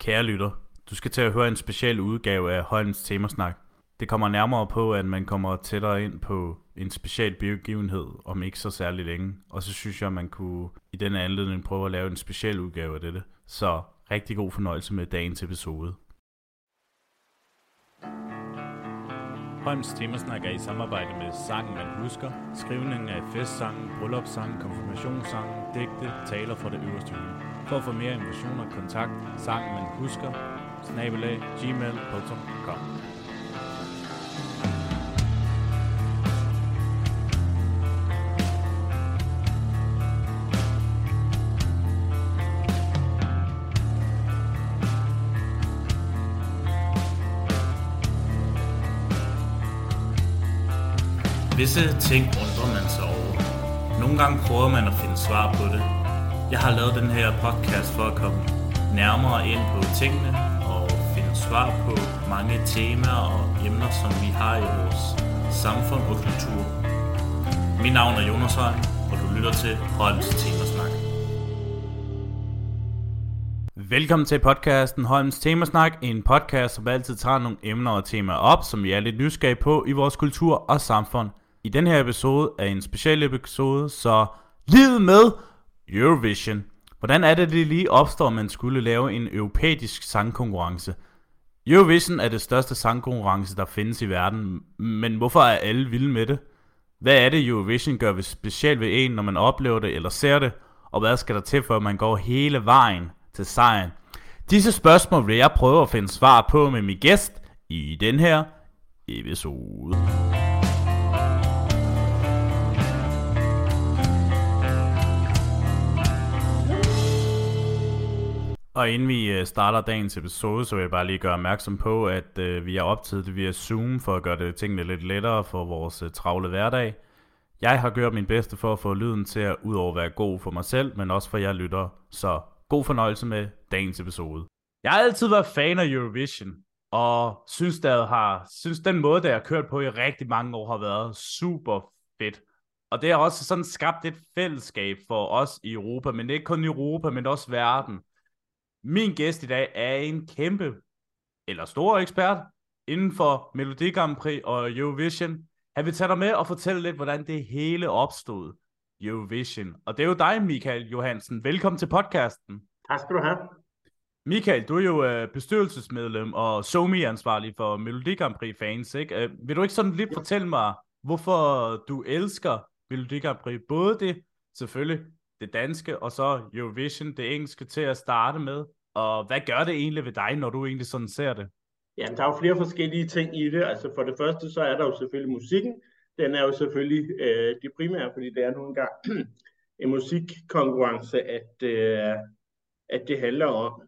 Kære lytter, du skal til at høre en speciel udgave af Holms Temasnak. Det kommer nærmere på, at man kommer tættere ind på en speciel begivenhed om ikke så særlig længe. Og så synes jeg, at man kunne i denne anledning prøve at lave en speciel udgave af dette. Så rigtig god fornøjelse med dagens episode. Holms Temasnak er i samarbejde med Sangen Man Husker, skrivningen af festsangen, bryllupssangen, konfirmationssangen, digte, taler fra det øverste hylde. For at få mere informationer, kontakt sangenmanhusker@gmail.com. Visse ting undrer man sig over. Nogle gange prøver man at finde svar på det. Jeg har lavet den her podcast for at komme nærmere ind på tingene og finde svar på mange temaer og emner, som vi har i vores samfund og kultur. Mit navn er Jonas Holm, og du lytter til Holms Temasnak. Velkommen til podcasten Holms Temasnak, en podcast, som altid tager nogle emner og temaer op, som vi er lidt nysgerrige på i vores kultur og samfund. I den her episode er en speciel episode, så livet med Eurovision. Hvordan er det lige opstår, at man skulle lave en europæisk sangkonkurrence? Eurovision er det største sangkonkurrence, der findes i verden, men hvorfor er alle vilde med det? Hvad er det, Eurovision gør ved specielt ved en, når man oplever det eller ser det? Og hvad skal der til, for at man går hele vejen til sejren? Disse spørgsmål vil jeg prøve at finde svar på med min gæst i den her episode. Og inden vi starter dagens episode, så vil jeg bare lige gøre opmærksom på, at vi er optaget det via Zoom for at gøre det tingene lidt lettere for vores travle hverdag. Jeg har gjort min bedste for at få lyden til at udover være god for mig selv, men også for jer lyttere. Så god fornøjelse med dagens episode. Jeg har altid været fan af Eurovision, og synes den måde, der har kørt på i rigtig mange år, har været super fedt. Og det har også sådan skabt et fællesskab for os i Europa, men ikke kun i Europa, men også verden. Min gæst i dag er en kæmpe, eller stor ekspert, inden for Melodi Grand Prix og Eurovision. Han vil tage dig med og fortælle lidt, hvordan det hele opstod, Eurovision. Og det er jo dig, Michael Johansen. Velkommen til podcasten. Tak skal du have. Michael, du er jo bestyrelsesmedlem og SoMe-ansvarlig for Melodi Grand Prix fans, ikke? Vil du ikke sådan lidt fortælle mig, hvorfor du elsker Melodi Grand Prix? Både det, selvfølgelig, det danske, og så Eurovision, det engelske til at starte med. Og hvad gør det egentlig ved dig, når du egentlig sådan ser det? Jamen, der er jo flere forskellige ting i det. Altså for det første, så er der jo selvfølgelig musikken. Den er jo selvfølgelig det primære, fordi det er nu engang en musikkonkurrence, at det handler om.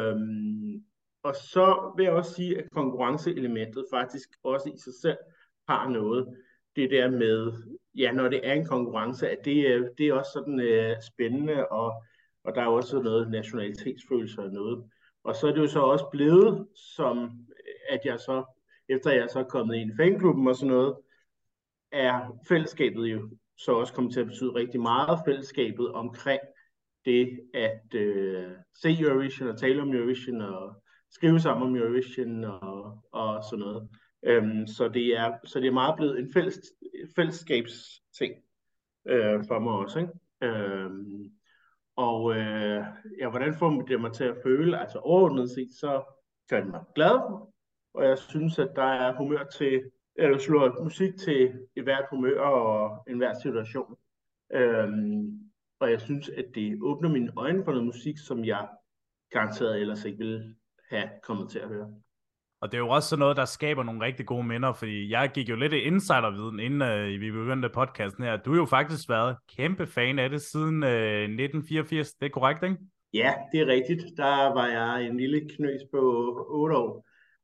Og så vil jeg også sige, at konkurrenceelementet faktisk også i sig selv har noget. Det der med, ja, når det er en konkurrence, at det er også sådan spændende, og der er også noget nationalitetsfølelse og noget. Og så er det jo så også blevet, som at jeg så, efter jeg så er kommet ind i fanklubben og sådan noget, er fællesskabet jo så også kommet til at betyde rigtig meget. Fællesskabet omkring det at se Eurovision og tale om Eurovision og skrive sammen om Eurovision og sådan noget. Så det er meget blevet en fællesskabsting for mig også, ikke? Ja, hvordan får det mig til at føle? Altså overordnet set, så gør det mig glad, og jeg synes, at der er humør til, eller slår musik til et hvert humør og en hver situation. Og jeg synes, at det åbner mine øjne for noget musik, som jeg garanteret ellers ikke ville have kommet til at høre. Og det er jo også sådan noget, der skaber nogle rigtig gode minder, fordi jeg gik jo lidt i insiderviden, inden vi begyndte podcasten her. Du har jo faktisk været kæmpe fan af det siden 1984, det er korrekt, ikke? Ja, det er rigtigt. Der var jeg en lille knøs på 8 år,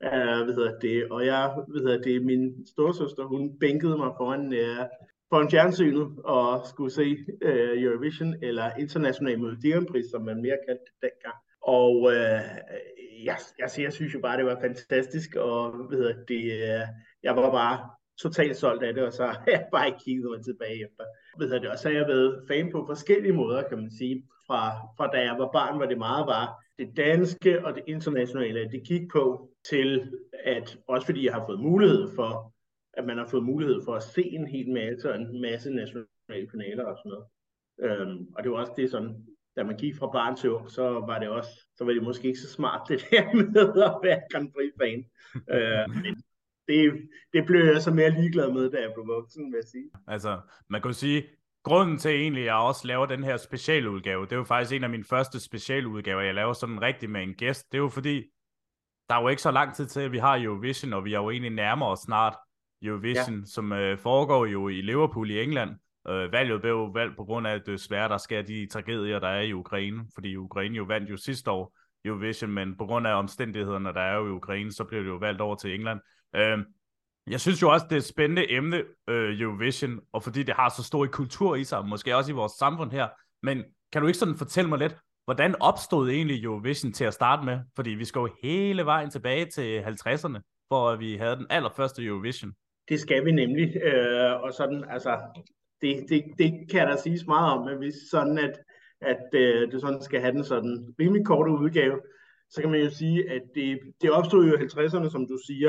og min storesøster, hun bænkede mig foran fjernsynet og skulle se Eurovision, eller International Melodi Grand Prix, som man mere kaldte det dengang. Og jeg synes jo bare, det var fantastisk, og jeg var bare totalt solgt af det, og så har jeg bare ikke kigget mig tilbage efter. Og så har jeg været fan på forskellige måder, kan man sige. fra da jeg var barn, hvor det meget var det danske og det internationale, det gik på, til at, også fordi jeg har fået mulighed for, at man har fået mulighed for at se en hel masse, og en masse nationale kanaler og sådan noget. Og det var også det sådan, da man gik fra barn til ung, så var det måske ikke så smart, det der med at være Grand Prix-fan. Men det blev jeg så mere ligeglad med, da jeg blev voksen, vil jeg sige. Altså, man kan sige, grunden til egentlig, at jeg også laver den her specialudgave, det er jo faktisk en af mine første specialudgaver, jeg laver sådan rigtig med en gæst. Det er jo fordi, der er jo ikke så lang tid til, at vi har Eurovision, og vi er jo egentlig nærmere os snart Eurovision, som foregår jo i Liverpool i England. Valget blev jo valgt på grund af, at desværre der sker de tragedier, der er i Ukraine, fordi Ukraine jo vandt jo sidste år Eurovision, men på grund af omstændighederne, der er jo i Ukraine, så blev det jo valgt over til England. Jeg synes jo også, det er et spændende emne, Eurovision, og fordi det har så stor kultur i sig, måske også i vores samfund her. Men kan du ikke sådan fortælle mig lidt, hvordan opstod egentlig Eurovision til at starte med? Fordi vi skal jo hele vejen tilbage til 50'erne, for at vi havde den allerførste Eurovision. Det skal vi nemlig, og sådan, altså, det kan der siges meget om, men hvis sådan, at det sådan skal have den sådan rimelig korte udgave, så kan man jo sige, at det opstod jo i 50'erne, som du siger,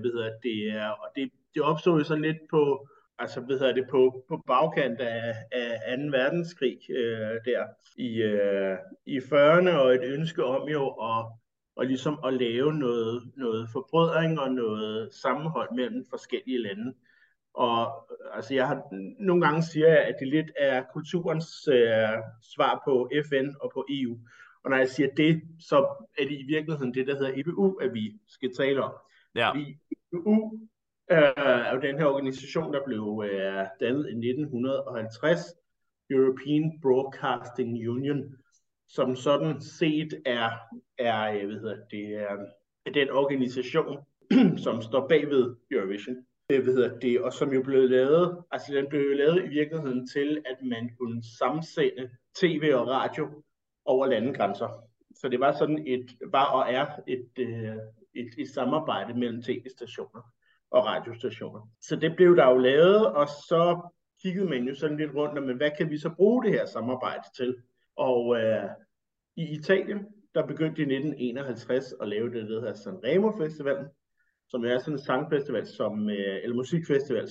og det opstod jo sådan lidt på, altså på bagkant af 2. verdenskrig der i 40'erne, og et ønske om jo og ligesom at lave noget forbrødring og noget sammenhold mellem forskellige lande. Og altså nogle gange siger jeg, at det lidt er kulturens svar på FN og på EU. Og når jeg siger det, så er det i virkeligheden det, der hedder EBU, at vi skal tale om. Ja. Fordi EBU er jo den her organisation, der blev dannet i 1950, European Broadcasting Union, som sådan set er den organisation, som står bagved Eurovision. Og som jo blev lavet, altså den blev lavet i virkeligheden til, at man kunne sammensende tv og radio over landegrænser. Så det var sådan et samarbejde mellem tv-stationer og radiostationer. Så det blev der jo lavet, og så kiggede man jo sådan lidt rundt, men hvad kan vi så bruge det her samarbejde til? Og i Italien, der begyndte i 1951 at lave det, der hedder Sanremo Festivalen, som er sådan en sangfestival, eller musikfestival,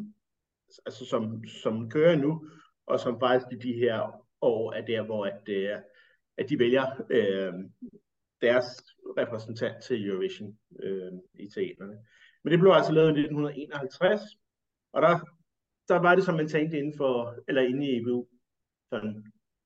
som kører nu, og som faktisk i de her år er der, hvor at de vælger deres repræsentant til Eurovision, italienerne. Men det blev altså lavet i 1951, og der var det, som man tænkte inde i EBU. Sådan,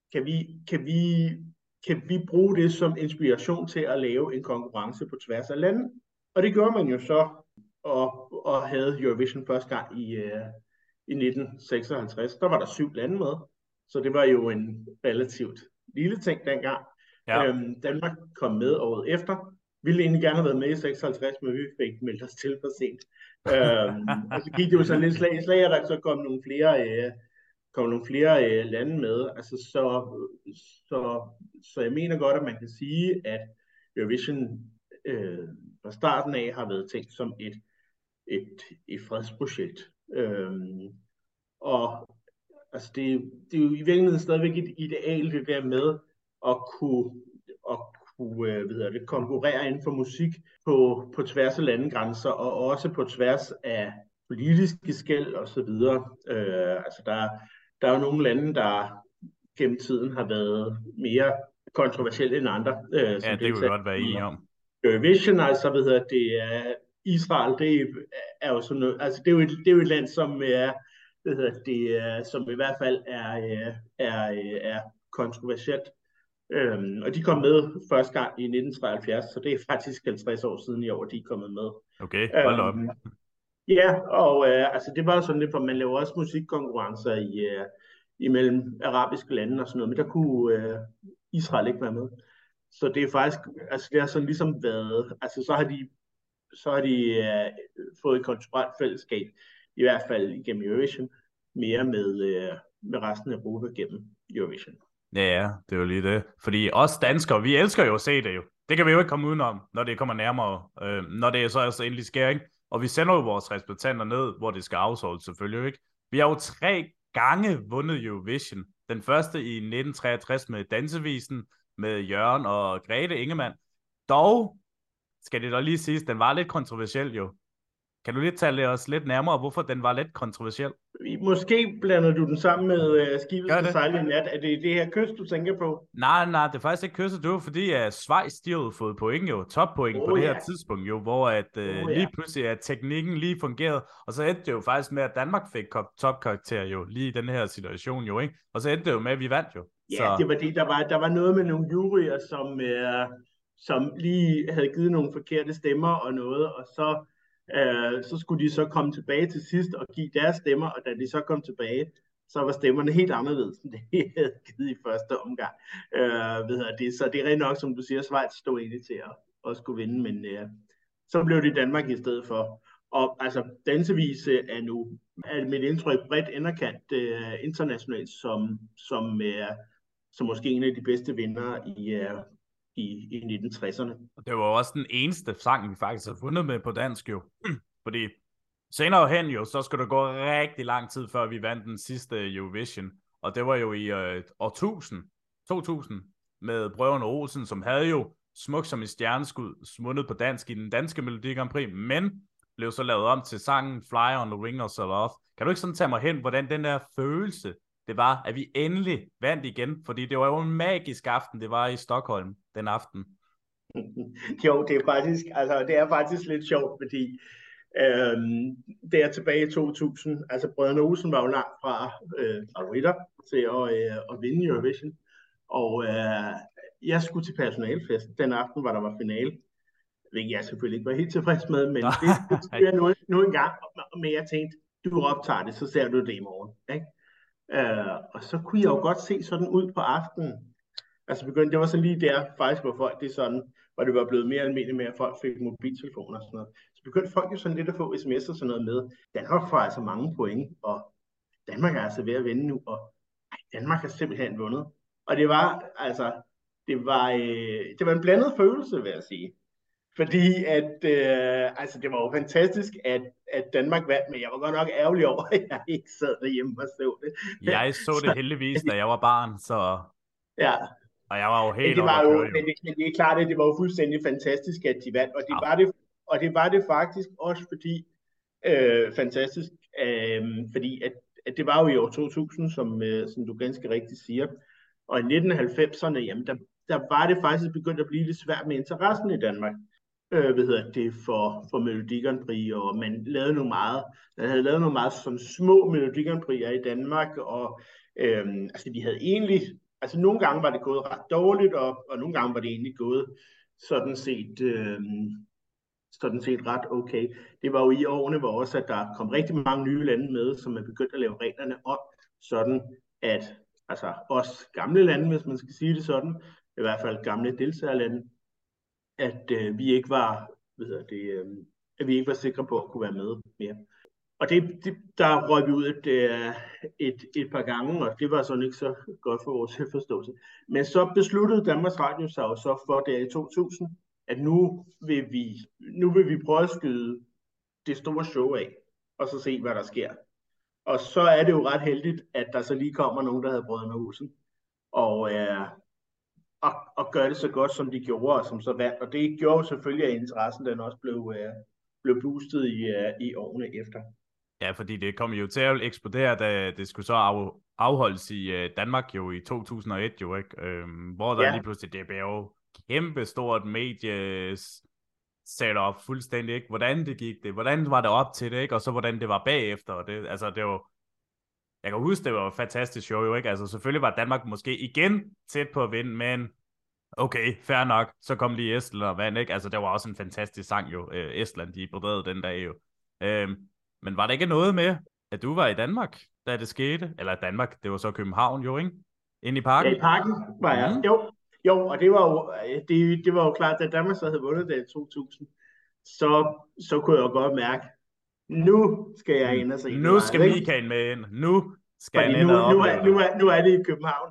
kan vi bruge det som inspiration til at lave en konkurrence på tværs af landet? Og det gjorde man jo så, og havde Eurovision første gang i 1956. Der var der 7 lande med, så det var jo en relativt lille ting dengang. Ja. Danmark kom med året efter. Ville egentlig gerne have været med i 56, men vi fik meldt os til for sent. Og så gik det jo sådan lidt slag i slag, og der så kom nogle flere lande med. Altså, så jeg mener godt, at man kan sige, at Eurovision fra starten af har været tænkt som et fredsprojekt. Og altså det er jo i virkeligheden stadigvæk et ideal, det der med at kunne konkurrere inden for musik på tværs af landegrænser, og også på tværs af politiske skel og så videre. Altså der er jo nogle lande, der gennem tiden har været mere kontroversielle end andre. Ja, det kunne vi godt være enige om. Eurovision, altså Israel, det er jo sådan noget, altså det er jo et land, som som i hvert fald er kontroversielt. Og de kom med første gang i 1973, så det er faktisk 50 år siden i år, de er kommet med. Okay, hold op. Ja, og altså det var sådan lidt, for man laver også musikkonkurrencer imellem arabiske lande og sådan noget, men der kunne Israel ikke være med. Så det er faktisk, altså det har sådan ligesom været, altså så har de fået et kulturelt fællesskab, i hvert fald igennem Eurovision, mere med resten af Europa gennem Eurovision. Ja, det er jo lige det. Fordi os danskere, vi elsker jo at se det jo. Det kan vi jo ikke komme udenom, når det kommer nærmere, når det så altså endelig sker, ikke? Og vi sender jo vores repræsentanter ned, hvor det skal afsoldes selvfølgelig, ikke? Vi har jo 3 gange vundet Eurovision. Den første i 1963 med Dansevisen med Jørgen og Grete Ingemann. Dog skal det da lige siges, den var lidt kontroversiel jo. Kan du lige tale os lidt nærmere, hvorfor den var lidt kontroversiel? Måske blander du den sammen med skibet Gør skal det? sejle i nat. Er det det her kyst, du tænker på? Nej, det er faktisk ikke kysset. Det var fordi, at Schweiz, de havde fået point jo, toppoint på det her Ja, tidspunkt jo, hvor at ja. lige pludselig at teknikken lige fungerede, og så endte det jo faktisk med, at Danmark fik topkarakter jo, lige i den her situation jo, ikke? Og så endte det jo med, at vi vandt jo. Ja, det var det. Der var noget med nogle juryer, som lige havde givet nogle forkerte stemmer og noget, og så skulle de så komme tilbage til sidst og give deres stemmer, og da de så kom tilbage, så var stemmerne helt anderledes, end det de havde givet i første omgang. Så det er rent nok, som du siger, Schweiz stod egentlig til at skulle vinde, men så blev det Danmark i stedet for. Og altså, dansevise er nu, er mit indtryk, bredt anerkendt internationalt som måske en af de bedste vindere i 1960'erne. Det var jo også den eneste sang, vi faktisk har fundet med på dansk jo. Fordi senere hen jo, så skulle der gå rigtig lang tid, før vi vandt den sidste Eurovision. Og det var jo i år 2000, med Brødrene Olsen, som havde jo Smuk som et stjerneskud smundet på dansk i den danske Melodi Grand Prix, men blev så lavet om til sangen Fly on the Wings of Love. Kan du ikke sådan tage mig hen, hvordan den der følelse, det var, at vi endelig vandt igen? Fordi det var jo en magisk aften, det var i Stockholm den aften. Jo, det er faktisk lidt sjovt, fordi der tilbage i 2000, altså Brødrene Olsen var jo langt fra favoritter til at vinde Eurovision, og jeg skulle til personalfest den aften, hvor der var finale, hvilket jeg selvfølgelig ikke var helt tilfreds med, men det skulle jeg nu en gang, men jeg tænkte, du optager det, så ser du det i morgen, ikke? Og så kunne jeg jo godt se sådan ud på aftenen. Altså det var så lige der faktisk, hvor folk det sådan, hvor det var blevet mere almindeligt med, at folk fik mobiltelefoner og sådan noget. Så begyndte folk jo sådan lidt at få sms'er og sådan noget med. Danmark får altså mange point, og Danmark er altså ved at vinde nu, og Danmark har simpelthen vundet. Og det var altså, det var en blandet følelse, vil jeg sige. Fordi altså det var jo fantastisk, at Danmark vandt, men jeg var godt nok ærgerlig over, at jeg ikke sad derhjemme og så det. Jeg så det heldigvis, da jeg var barn, så... Ja. Og jeg var jo helt det oppe var at jo, køre jo. men det er klart, at det var jo fuldstændig fantastisk, at de vandt, og det var det faktisk også fordi, fantastisk, fordi at det var jo i år 2000, som du ganske rigtigt siger, og i 1990'erne, jamen der var det faktisk begyndt at blive lidt svært med interessen i Danmark. For Melodi Grand Prix, og man havde lavet nogle meget sådan små Melodi Grand Prix'er i Danmark, og altså de havde egentlig, altså nogle gange var det gået ret dårligt, og nogle gange var det egentlig gået sådan set ret okay. Det var jo i årene, hvor også, at der kom rigtig mange nye lande med, som er begyndt at lave reglerne om, sådan at altså os gamle lande, hvis man skal sige det sådan, i hvert fald gamle deltagerlande, at vi ikke var, at vi ikke var sikre på at kunne være med mere. Og der røg vi ud et par gange, og det var sådan ikke så godt for vores selvforståelse. Men så besluttede Danmarks Radio sig jo så for der i 2000, at nu vil vi prøve at skyde det store show af, og så se, hvad der sker. Og så er det jo ret heldigt, at der så lige kommer nogen, der havde Brødrene Olsen, og gør det så godt, som de gjorde, og som så vandt. Og det gjorde selvfølgelig, at interessen den også blev boostet i årene efter. Ja, fordi det kom jo til at eksplodere, da det skulle så afholdes i Danmark jo i 2001 jo, ikke? Hvor der lige pludselig, det blev jo kæmpe stort medie setup fuldstændig, ikke? Hvordan det gik det, hvordan var det op til det, ikke? Og så hvordan det var bagefter, og det, altså det var, jeg kan huske, det var et fantastisk show jo, ikke? Altså selvfølgelig var Danmark måske igen tæt på at vinde, men okay, fair nok, så kom lige Estland og vandt, ikke? Altså det var også en fantastisk sang jo, Estland, de brødrede den dag jo. Men var der ikke noget med, at du var i Danmark, da det skete? Eller Danmark, det var så København jo, ikke? Inde i parken? Ja, i parken var jeg. Jo, og det var jo klart, at Danmark så havde vundet det i 2000, så kunne jeg jo godt mærke, nu skal jeg ind og se. Nu skal Michael med ind. Nu skal han ind og opleve. Nu er det i København.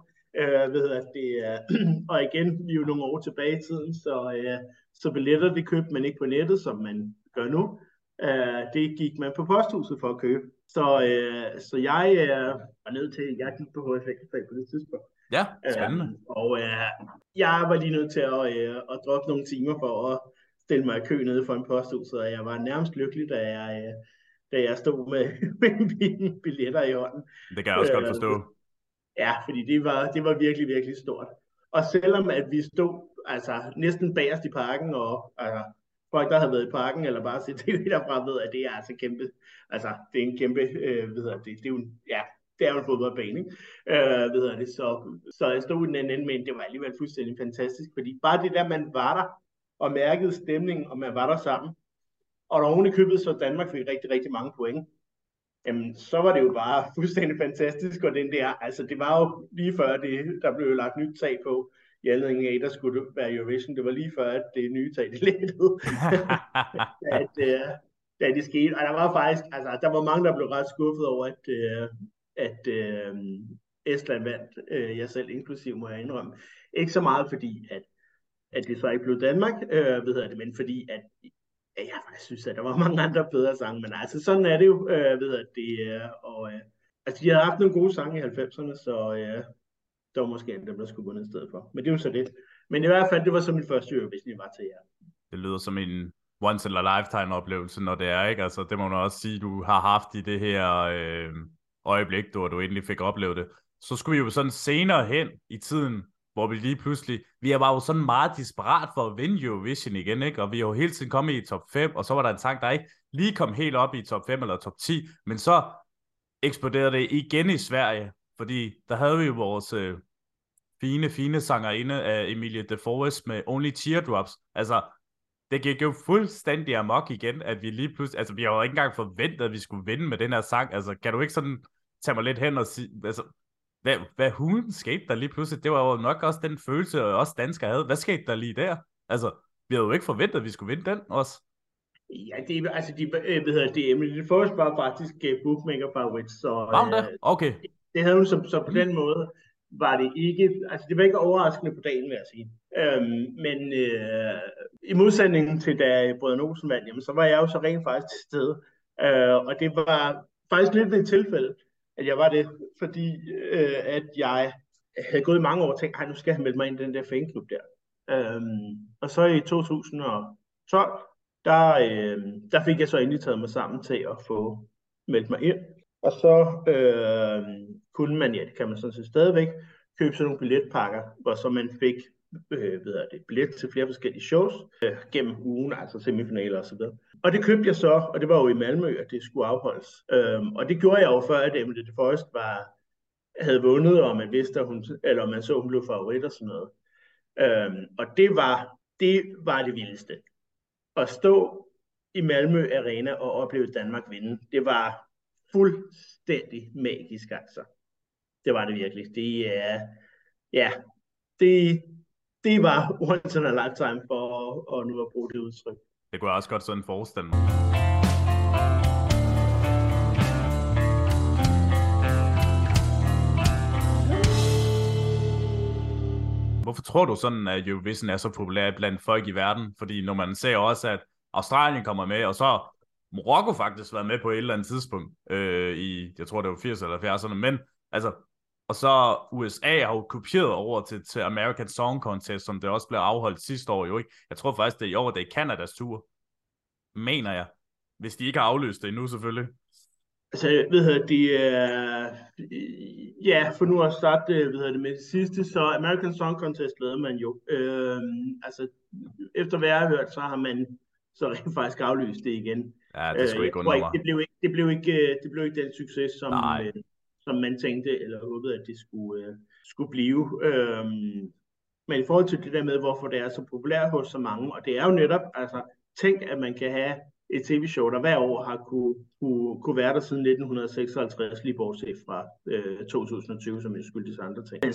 Og igen, vi er jo nogle år tilbage i tiden, så billetter det købte man ikke på nettet, som man gør nu. Det gik man på posthuset for at købe. Så jeg var nødt til, jeg gik på HF-fag på det tidspunkt. Ja, spændende. Og jeg var lige nødt til at droppe nogle timer for at stille mig i kø nede for en posthus, så jeg var nærmest lykkelig, da jeg stod med, med mine billetter i hånden. Det kan jeg også godt forstå. Ja, fordi det var virkelig, virkelig stort. Og selvom at vi stod altså næsten bagerst i parken, og altså, folk, der havde været i parken, eller bare set tv derfra, ved, at det er altså kæmpe, altså det er en kæmpe, det er jo, ja, det er jo en fodboldbane, ikke? Så jeg stod i den anden ende, men det var alligevel fuldstændig fantastisk, fordi bare det der, man var der, og mærkede stemningen, og man var der sammen, og der oven i købet, så Danmark fik rigtig, rigtig mange point. Jamen, så var det jo bare fuldstændig fantastisk, og den der, altså det var jo lige før der blev lagt nyt tag på, i anledning af, der skulle være Eurovision, det var lige før, at det nye tag, det lettede, da det skete, og der var faktisk, altså der var mange, der blev ret skuffet over, at Estland vandt, jeg selv inklusiv, må jeg indrømme. Ikke så meget fordi, at det så ikke blev Danmark, men fordi, at jeg faktisk synes, at der var mange andre bedre sange, men altså sådan er det jo, altså de havde haft nogle gode sange i 90'erne, så der var måske en, der skulle gå ned i stedet for. Men det er jo så det. Men i hvert fald, det var så min første Eurovision, jeg var til jer. Det lyder som en once in a lifetime oplevelse, når det er, ikke? Altså det må man også sige, du har haft i det her øjeblik, du endelig fik oplevet det. Så skulle vi jo sådan senere hen i tiden, hvor vi lige pludselig, vi var jo sådan meget desperat for at vinde Eurovision igen, ikke? Og vi har jo hele tiden kommet i top 5, og så var der en sang, der ikke lige kom helt op i top 5 eller top 10, men så eksploderede det igen i Sverige, fordi der havde vi jo vores fine sangerinde af Emilie de Forest med Only Teardrops. Altså, det gik jo fuldstændig amok igen, at vi lige pludselig, altså vi har jo ikke engang forventet, at vi skulle vinde med den her sang. Altså, kan du ikke sådan tage mig lidt hen og sige, altså, hvad hulen skete der lige pludselig? Det var jo nok også den følelse, og også danskere havde. Hvad skete der lige der? Altså, vi havde jo ikke forventet, at vi skulle vinde den også. Ja, det Emily Forrest var faktisk bookmaker favorit, så okay. Det havde hun så på den måde, var det ikke, altså det var ikke overraskende på dagen, vil jeg sige. Men i modsætning til da Brødrene Olsen vandt, jamen, så var jeg jo så rent faktisk til stede. Og det var faktisk lidt ved et tilfælde, at jeg var det, fordi at jeg havde gået i mange år og tænkt, nu skal jeg melde mig ind i den der fanklub der. Og så i 2012, der fik jeg så endelig taget mig sammen til at få meldt mig ind. Og så kunne man, det kan man sådan set stadigvæk, købe sådan nogle billetpakker, hvor så man fik billet til flere forskellige shows gennem ugen, altså semifinaler og så videre. Og det købte jeg så, og det var jo i Malmø, at det skulle afholdes. Og det gjorde jeg jo før, at Emilie de Forest havde vundet, og man vidste, at man så, at hun blev favorit og sådan noget. Og det var det vildeste. At stå i Malmø Arena og opleve Danmark vinde, det var fuldstændig magisk, altså. Det var det virkelig. Det var once in a lifetime for at nu at bruge det udtryk. Det kunne jeg også godt sådan forestille. Hvorfor tror du sådan, at Eurovision er så populær blandt folk i verden? Fordi når man ser også, at Australien kommer med, og så Marokko faktisk været med på et eller andet tidspunkt i, jeg tror det var 80 eller 70'erne, men altså, og så USA har jo kopieret over til American Song Contest, som det også blev afholdt sidste år jo, ikke? Jeg tror faktisk, det er i år, det er Canadas tur, mener jeg, hvis de ikke har afløst det endnu selvfølgelig. Altså, for nu at starte, med det sidste, så American Song Contest lavede man jo. Altså, efter hvad jeg har hørt, så har man så rent faktisk aflyst det igen. Ja, det skulle ikke undre mig. Det blev ikke den succes, som man tænkte eller håbede, at det skulle blive. Men i forhold til det der med, hvorfor det er så populært hos så mange, og det er jo netop, altså, tænk, at man kan have et tv-show, der hver år har kunne være der siden 1956, lige bortset fra 2020, som jeg skyldes andre ting. Men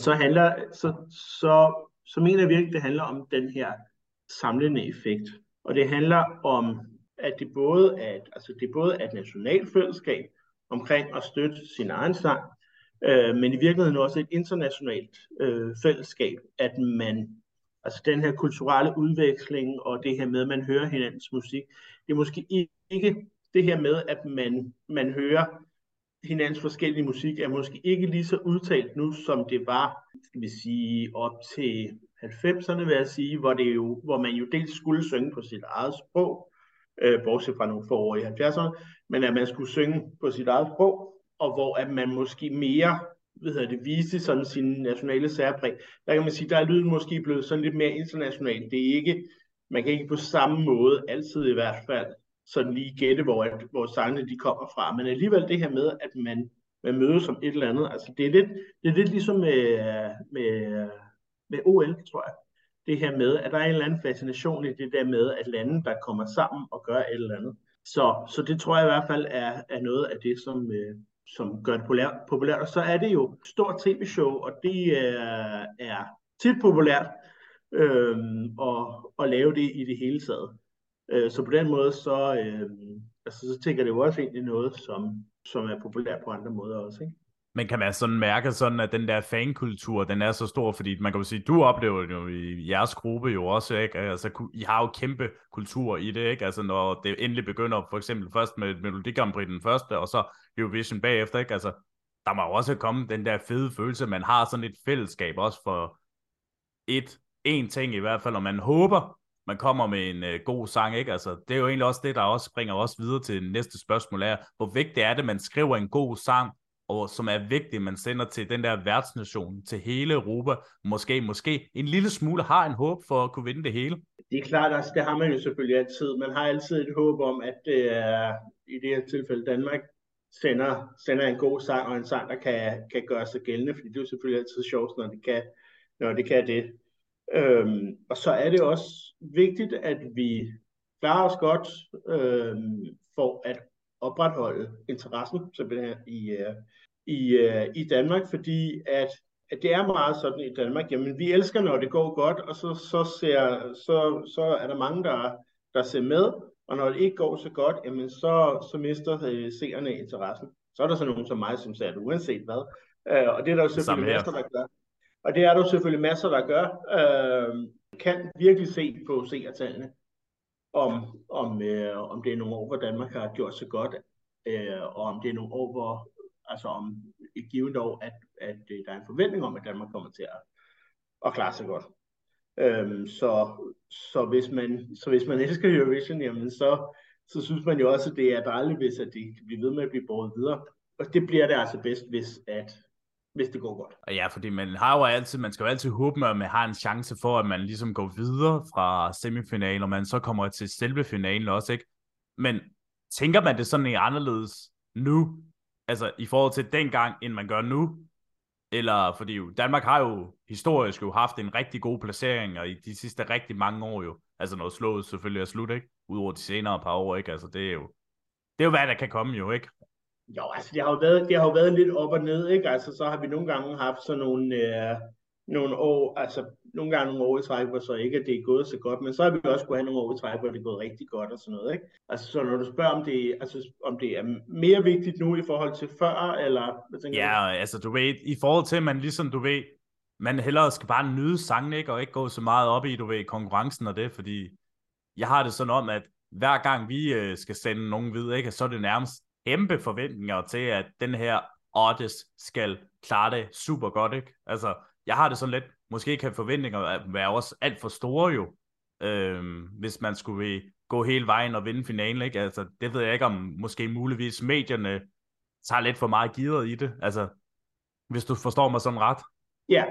så mener jeg virkelig, det handler om den her samlende effekt. Og det handler om, at det både er et nationalt fællesskab omkring at støtte sin egen sang, men i virkeligheden også et internationalt fællesskab, at man, altså den her kulturelle udveksling og det her med, at man hører hinandens musik, det er måske ikke det her med, at man hører hinandens forskellige musik er måske ikke lige så udtalt nu, som det var, skal vi sige, op til 90'erne, vil jeg sige, hvor man jo dels skulle synge på sit eget sprog, bortset fra nogle få år i 70'erne, men at man skulle synge på sit eget sprog, og hvor at man måske mere viste sådan sin nationale særpræg. Der kan man sige, der er lyden måske blevet sådan lidt mere international. Det er ikke, man kan ikke på samme måde, altid i hvert fald, sådan lige gætte, hvor sangene de kommer fra. Men alligevel det her med, at man mødes som et eller andet, altså det er lidt ligesom med OL, tror jeg. Det her med, at der er en eller anden fascination i det der med, at lande, der kommer sammen og gør et eller andet. Så det tror jeg i hvert fald er noget af det, som gør det populært. Og så er det jo et stort tv-show, og det er tit populært at lave det i det hele taget. Så på den måde, så tænker det jo også egentlig noget, som er populært på andre måder også, ikke? Men kan man sådan mærke sådan, at den der fankultur, den er så stor, fordi man kan jo sige, du oplever det jo i jeres gruppe jo også, ikke? Altså, I har jo kæmpe kultur i det, ikke? Altså, når det endelig begynder, for eksempel først med Melodi Grand Prix den første, og så Eurovision bagefter, ikke? Altså, der må jo også komme den der fede følelse, man har sådan et fællesskab også for en ting i hvert fald, og man håber, man kommer med en god sang, ikke? Altså, det er jo egentlig også det, der også bringer os videre til næste spørgsmål, er, hvor vigtigt er det, man skriver en god sang, og som er vigtigt, man sender til den der værtsnation, til hele Europa, måske en lille smule har en håb for at kunne vinde det hele. Det er klart, altså det har man jo selvfølgelig altid. Man har altid et håb om, at i det her tilfælde Danmark sender en god sang, og en sang, der kan gøre sig gældende, fordi det er jo selvfølgelig altid sjovt, når det kan det. Og så er det også vigtigt, at vi klarer os godt for at opretholde interessen simpelthen i Danmark, fordi at det er meget sådan i Danmark, jamen vi elsker, når det går godt, og så er der mange, der ser med, og når det ikke går så godt, jamen så mister seerne interessen. Så er der så nogen som mig, som siger det uanset hvad, og det er der jo selvfølgelig masser, der gør. Og det er der jo selvfølgelig masser, der gør. Kan virkelig se på seertallene, om det er nogle år, hvor Danmark har gjort så godt, og om det er nogle år, altså om et givet år, at der er en forventning om, at Danmark kommer til at klare sig godt. Så hvis man elsker Eurovision, jamen så synes man jo også, at det er dejligt, hvis at det bliver ved med at blive båret videre. Og det bliver det altså bedst, hvis det går godt. Ja, fordi man skal jo altid håbe, at man har en chance for, at man ligesom går videre fra semifinalen, og man så kommer til selve finalen også, ikke? Men tænker man det sådan anderledes nu, altså i forhold til dengang, end man gør nu? Eller, fordi jo, Danmark har jo historisk jo haft en rigtig god placering, og i de sidste rigtig mange år jo, altså når slået selvfølgelig er slut, ikke? Udover de senere par år, ikke? Altså det er jo hvad der kan komme jo, ikke? Jo, altså det har jo været lidt op og ned, ikke? Altså så har vi nogle gange haft sådan nogle år, altså nogle gange nogle år i træk, hvor så ikke at det er gået så godt, men så har vi også kunne have nogle år i træk, hvor det er gået rigtig godt og sådan noget, ikke? Altså så når du spørger, om det er mere vigtigt nu i forhold til før, eller hvad tænker du? Ja, altså du ved, i forhold til, at man ligesom, du ved, man hellere skal bare nyde sangen, ikke? Og ikke gå så meget op i, du ved, konkurrencen og det, fordi jeg har det sådan om, at hver gang vi skal sende nogen videre, ikke? Så er det nærmest kæmpe forventninger til, at den her artist skal klare det super godt, ikke? Altså, jeg har det sådan lidt, måske kan forventninger være også alt for store jo, hvis man skulle gå hele vejen og vinde finalen, ikke? Altså, det ved jeg ikke, om måske muligvis medierne tager lidt for meget givet i det, altså, hvis du forstår mig sådan ret. Ja,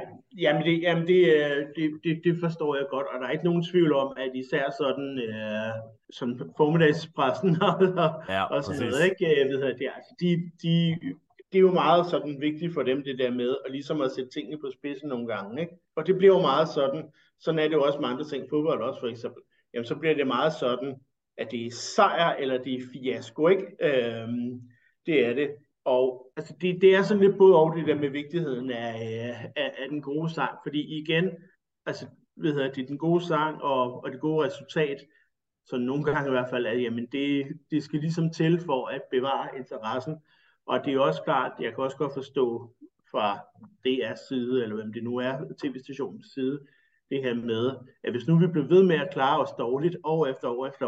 det forstår jeg godt, og der er ikke nogen tvivl om, at især sådan formiddagspressen og sådan noget, ikke? Jeg ved, altså, det er jo meget sådan vigtigt for dem, det der med, at ligesom at sætte tingene på spidsen nogle gange, ikke? Og det bliver jo meget sådan er det jo også med andre ting, fodbold også for eksempel, jamen så bliver det meget sådan, at det er sejr, eller det er fiasko, ikke? Det er det. Og altså det er sådan lidt både over det der med vigtigheden af den gode sang, fordi igen, altså det er den gode sang og det gode resultat, så nogle gange i hvert fald, at jamen det skal ligesom til for at bevare interessen, og det er også klart, jeg kan også godt forstå fra DR's side, eller hvem det nu er, tv-stationens side, det her med, at hvis nu vi bliver ved med at klare os dårligt år efter år efter år,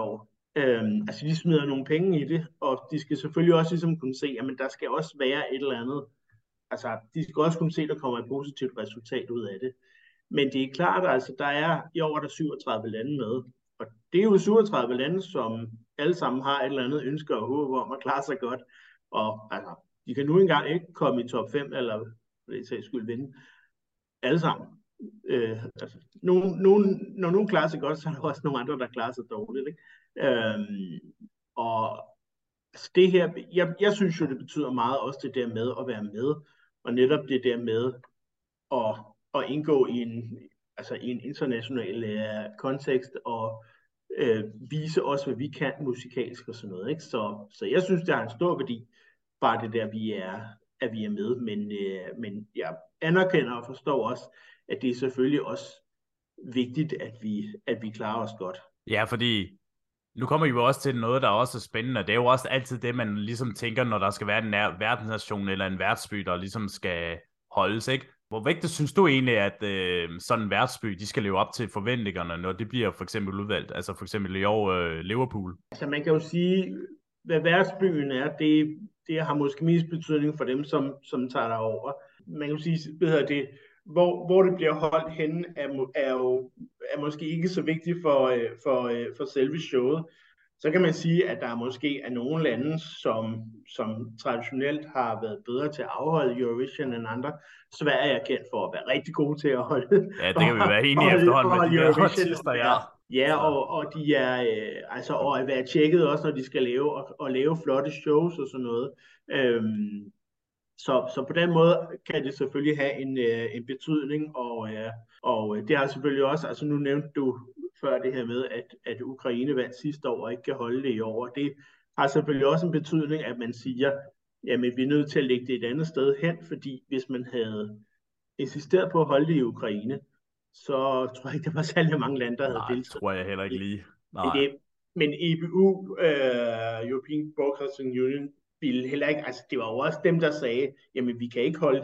Altså de smider nogle penge i det, og de skal selvfølgelig også ligesom kunne se, at der skal også være et eller andet. Altså de skal også kunne se, at der kommer et positivt resultat ud af det. Men det er klart, altså der er i år der 37 lande med, og det er jo 37 lande, som alle sammen har et eller andet ønske og håb om at klare sig godt. Og altså, de kan nu engang ikke komme i top 5, eller for det sags skyld vinde alle sammen. Altså, når nogen klarer sig godt, så er der også nogle andre, der klarer sig dårligt. Ikke? Og altså det her, jeg synes jo, det betyder meget også det der med at være med, og netop det der med at indgå i en international kontekst, og vise os, hvad vi kan musikalsk og sådan noget. Ikke? Så jeg synes, det har en stor værdi, bare det der, at vi er med, men jeg anerkender og forstår også, at det er selvfølgelig også vigtigt, at vi klarer os godt. Ja, fordi nu kommer I jo også til noget, der også er spændende, og det er jo også altid det, man ligesom tænker, når der skal være en verdensnation eller en værtsby, der ligesom skal holdes, ikke? Hvor vigtigt synes du egentlig, at sådan en værtsby, de skal leve op til forventningerne, når det bliver for eksempel udvalgt? Altså for eksempel i år Liverpool. Altså man kan jo sige, hvad værtsbyen er, det har måske mest betydning for dem, som tager derover. Man kan jo sige, hvor det bliver holdt henne, er måske ikke så vigtigt for selve showet. Så kan man sige, at der måske er nogle lande, som traditionelt har været bedre til at afholde Eurovision end andre. Sverige er kendt for at være rigtig gode til at holde, Ja, det kan vi være enige efterhånden med de der artister, ja. Ja, og de er og at være tjekket også, når de skal lave flotte shows og sådan noget. Så på den måde kan det selvfølgelig have en betydning, og det har selvfølgelig også, altså nu nævnte du før det her med, at Ukraine vandt sidste år og ikke kan holde det i år. Det har selvfølgelig også en betydning, at man siger, jamen vi er nødt til at lægge det et andet sted hen, fordi hvis man havde insisteret på at holde det i Ukraine, så tror jeg ikke, der var særlig mange lande, der havde deltaget. Nej, tror jeg heller ikke lige. Nej. Men EBU, European Broadcasting Union, ville heller ikke, altså det var jo også dem, der sagde, jamen vi kan ikke holde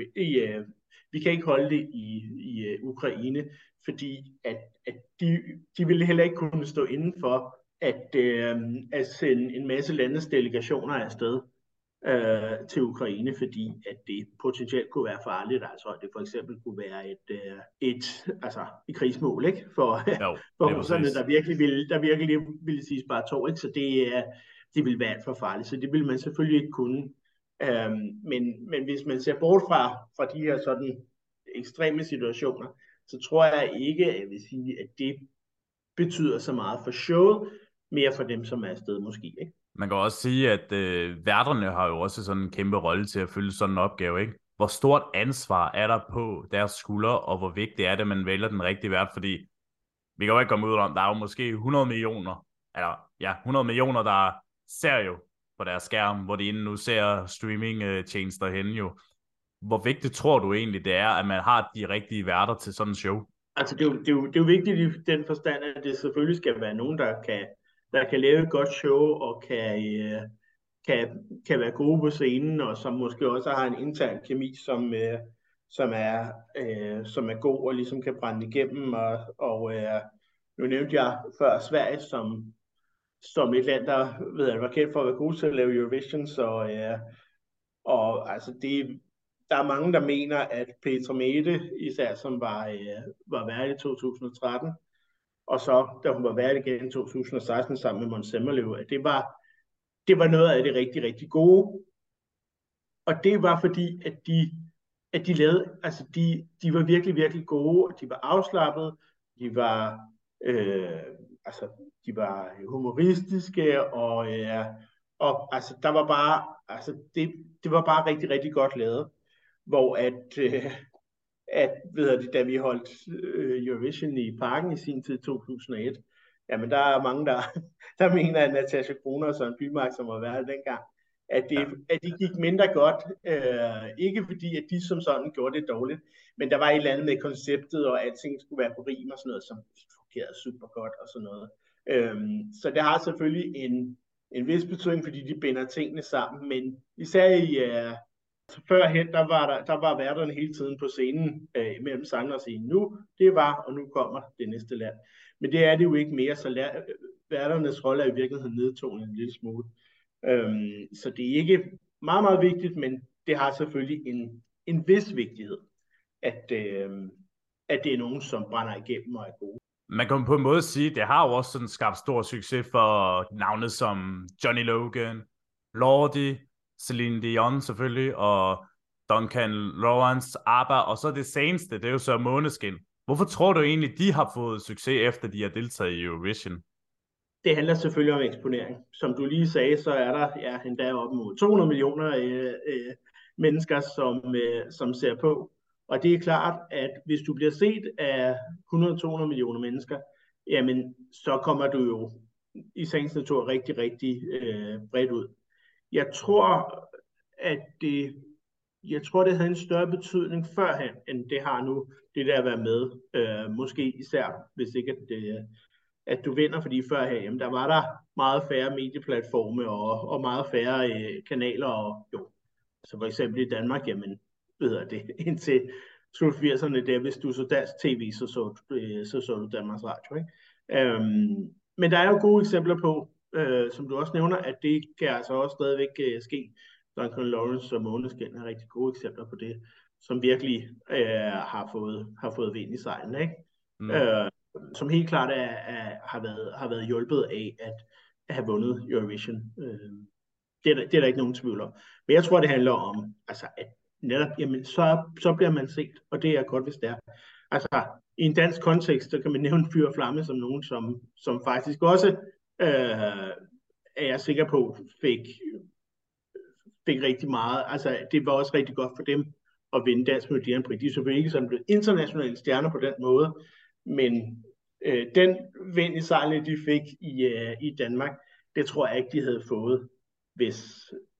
det i Ukraine, fordi at de ville heller ikke kunne stå inden for at sende en masse landes delegationer afsted til Ukraine, fordi at det potentielt kunne være farligt, altså at det for eksempel kunne være et krigsmål, ikke? For russerne, der virkelig ville sige bare to, ikke? Så det ville være alt for farligt, så det ville man selvfølgelig ikke kunne. Men hvis man ser bort fra de her sådan ekstreme situationer, så tror jeg ikke, at jeg vil sige, at det betyder så meget for showet, mere for dem, som er afsted måske, ikke? Man kan også sige, at værterne har jo også sådan en kæmpe rolle til at fylde sådan en opgave, ikke? Hvor stort ansvar er der på deres skuldre, og hvor vigtigt er det, at man vælger den rigtige vært? Fordi vi kan jo ikke komme ud om, der er jo måske 100 millioner, der ser jo på deres skærm, hvor de nu ser streaming-tjenester henne jo. Hvor vigtigt tror du egentlig, det er, at man har de rigtige værter til sådan en show? Altså, det er jo vigtigt i den forstand, at det selvfølgelig skal være nogen, der kan lave et godt show, og kan være gode på scenen, og som måske også har en intern kemi, som er god, og ligesom kan brænde igennem. Og nu nævnte jeg før Sverige, som et land, der var kendt for at være gode til at lave Eurovision, og altså der er mange, der mener, at Petra Mede, især som var vært i 2013, og så da hun var vært igen i 2016 sammen med Måns Zelmerlöw, at det var noget af det rigtig, rigtig gode. Og det var fordi, at de lavede, altså de var virkelig, virkelig gode, og de var afslappede, de var humoristiske, og altså der var bare, altså det var bare rigtig, rigtig godt lavet. Hvor da vi holdt Eurovision i Parken i sin tid 2001, jamen der er mange, der mener, at Natasja Crone og Søren Bymark, som var været dengang, at det gik mindre godt. Ikke fordi, at de som sådan gjorde det dårligt, men der var et eller andet med konceptet, og alting skulle være på rim og sådan noget, som fungerede super godt og sådan noget. Så det har selvfølgelig en vis betydning, fordi de binder tingene sammen, men især førhen, der var værterne hele tiden på scenen mellem sanger og scenen. Nu, det var, og nu kommer det næste land. Men det er det jo ikke mere, så værternes rolle er i virkeligheden nedtonet en lille smule. Så det er ikke meget, meget vigtigt, men det har selvfølgelig en vis vigtighed, at det er nogen, som brænder igennem og er gode. Man kan på en måde sige, at det har jo også sådan skabt stor succes for navne som Johnny Logan, Lordi, Celine Dion selvfølgelig, og Duncan Lawrence, ABBA, og så det seneste, det er jo så Måneskin. Hvorfor tror du egentlig, de har fået succes, efter de har deltaget i Eurovision? Det handler selvfølgelig om eksponering. Som du lige sagde, så er der endda op mod 200 millioner mennesker, som ser på. Og det er klart, at hvis du bliver set af 100-200 millioner mennesker, jamen, så kommer du jo i sagens natur rigtig, rigtig bredt ud. Jeg tror, det havde en større betydning førhen, end det har nu, det der at være med. Måske især, hvis ikke at du vinder, fordi førhen, jamen, der var der meget færre medieplatforme og meget færre kanaler. Og jo, så for eksempel i Danmark, jamen, indtil slut 80'erne, der hvis du så dansk tv, så du Danmarks Radio. Ikke? Men der er jo gode eksempler på, som du også nævner, at det kan altså også stadigvæk ske. Duncan Lawrence og Måneskin er rigtig gode eksempler på det, som virkelig har fået vind i sejlen, ikke? Som helt klart har været hjulpet af at have vundet Eurovision. Det er der ikke nogen tvivl om. Men jeg tror, det handler om, altså, at netop, jamen, så bliver man set, og det er godt, hvis det er. Altså, i en dansk kontekst, så kan man nævne Fyr og Flamme som nogen, som faktisk også, er jeg sikker på, fik rigtig meget. Altså, det var også rigtig godt for dem at vinde Dansk Melodi Grand Prix. De er selvfølgelig ikke sådan blevet internationale stjerner på den måde, men den vind i sejlet, de fik i Danmark, det tror jeg ikke, de havde fået, hvis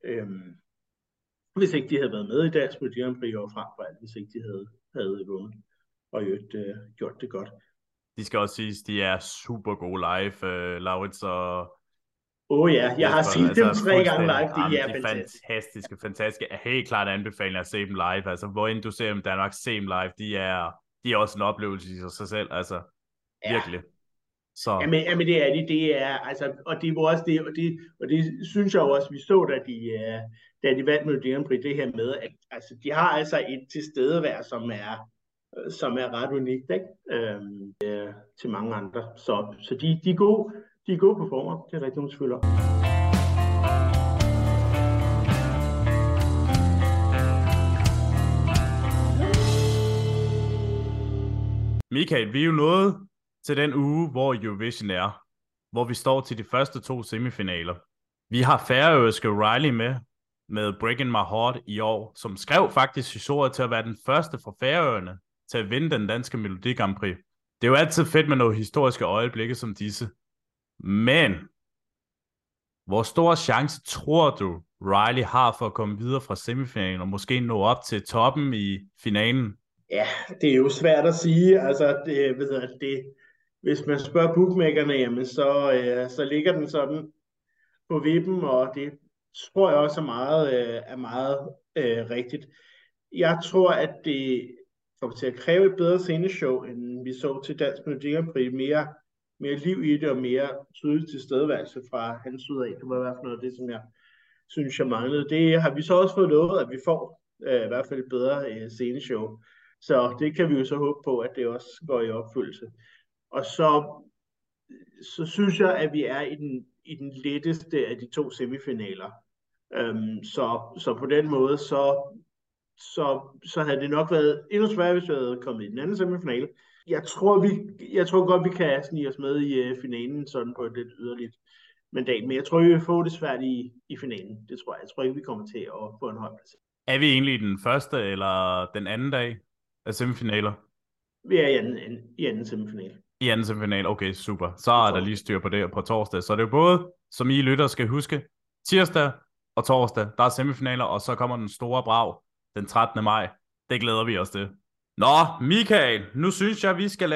ikke de havde været med i Dansk Melodi Grand Prix og frem for alt, hvis ikke de havde vundet og gjort det godt. De skal også siges, de er super gode live, Laurits og... Jeg har set dem 3 gange live, de er fantastiske. Er helt klart anbefaling at se dem live, altså hvor end du ser dem Danmark, se dem live, de er også en oplevelse i sig selv, altså virkelig. Så. Jamen det er det er, altså, og det var også det, og det synes jeg også, vi så, da de vandt Melodi Grand Prix, det her med, at altså, de har altså et tilstedevær, som er ret unikt, ikke? Til mange andre. Så de er gode. De er gode performer, det er der ikke nogen tvivl om. Michael, vi er jo nået til den uge, hvor Eurovision er, hvor vi står til de første 2 semifinaler. Vi har færøske Riley med Breaking My Heart i år, som skrev faktisk historie til at være den første fra Færøerne til at vinde den danske Melodi Grand Prix. Det er jo altid fedt med nogle historiske øjeblikke som disse. Men hvor stor chance tror du, Riley har for at komme videre fra semifinalen og måske nå op til toppen i finalen? Ja, det er jo svært at sige. Altså, hvis man spørger bookmakerne, jamen, så ligger den sådan på vippen, og det tror jeg også er meget rigtigt. Jeg tror, at det kommer til at kræve et bedre sceneshow, end vi så til Dansk Melodi Grand Prix. Mere liv i det og mere tydelig tilstedeværelse fra hans side af. Det var i hvert fald noget af det, som jeg synes, jeg manglede. Det har vi så også fået lovet, at vi får i hvert fald et bedre sceneshow. Så det kan vi jo så håbe på, at det også går i opfyldelse. Og så synes jeg, at vi er i den letteste af de 2 semifinaler. Så på den måde, så havde det nok været endnu sværere, hvis vi havde kommet i den anden semifinale. Jeg tror godt, vi kan snige os med i finalen sådan på et lidt yderligt mandat, men jeg tror, vi vil få det svært i finalen. Det tror jeg. Jeg tror ikke, vi kommer til at få en høj plads. Er vi egentlig den første eller den anden dag af semifinaler? Vi er i anden semifinal. I anden semifinal, okay, super. Så er der lige styr på det på torsdag. Så det er både, som I lytter skal huske, tirsdag og torsdag, der er semifinaler, og så kommer den store brag den 13. maj. Det glæder vi os til. Nå, Michael, nu synes jeg, vi skal lave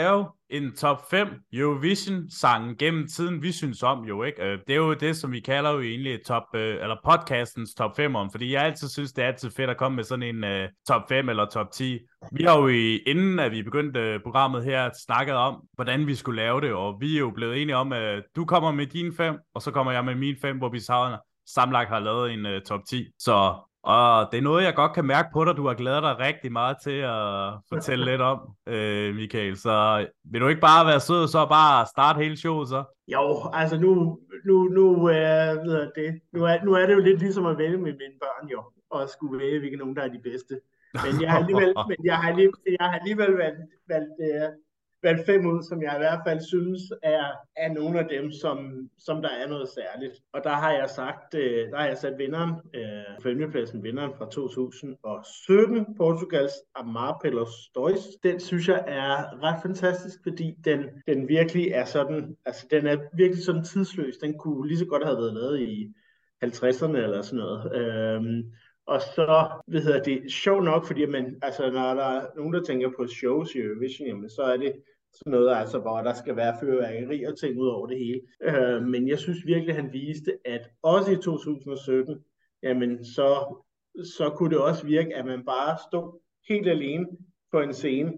en top 5 Eurovision-sange gennem tiden, vi synes om jo, ikke? Det er jo det, som vi kalder jo egentlig eller podcastens top 5 om, fordi jeg altid synes, det er altid fedt at komme med sådan en top 5 eller top 10. Vi har jo inden at vi begyndte programmet her, snakket om, hvordan vi skulle lave det, og vi er jo blevet enige om, at du kommer med dine 5, og så kommer jeg med mine 5, hvor vi sammenlagt har lavet en top 10. Og det er noget, jeg godt kan mærke på dig. Du har glædet dig rigtig meget til at fortælle lidt om, Michael. Så vil du ikke bare være sød og så bare starte hele showet så? Jo, altså ved jeg det. Nu er det jo lidt ligesom at vælge med mine børn jo, og skulle vælge, hvilke nogen, der er de bedste. Men jeg har alligevel valgt 5 ud, som jeg i hvert fald synes er nogle af dem, som der er noget særligt. Og der har jeg sagt, der har jeg sat vinderen, femtepladsen vinderen fra 2017, Portugals Amar Pelos Dois. Den synes jeg er ret fantastisk, fordi den virkelig er sådan, altså den er virkelig sådan tidsløs. Den kunne lige så godt have været lavet i 50'erne eller sådan noget. Og så, det sjovt nok, fordi altså, når der er nogen, der tænker på shows i Eurovision, jamen, så er det sådan noget, altså, hvor der skal være fyrværkeri og ting ud over det hele. Men jeg synes virkelig, han viste, at også i 2017, jamen, så kunne det også virke, at man bare stod helt alene på en scene,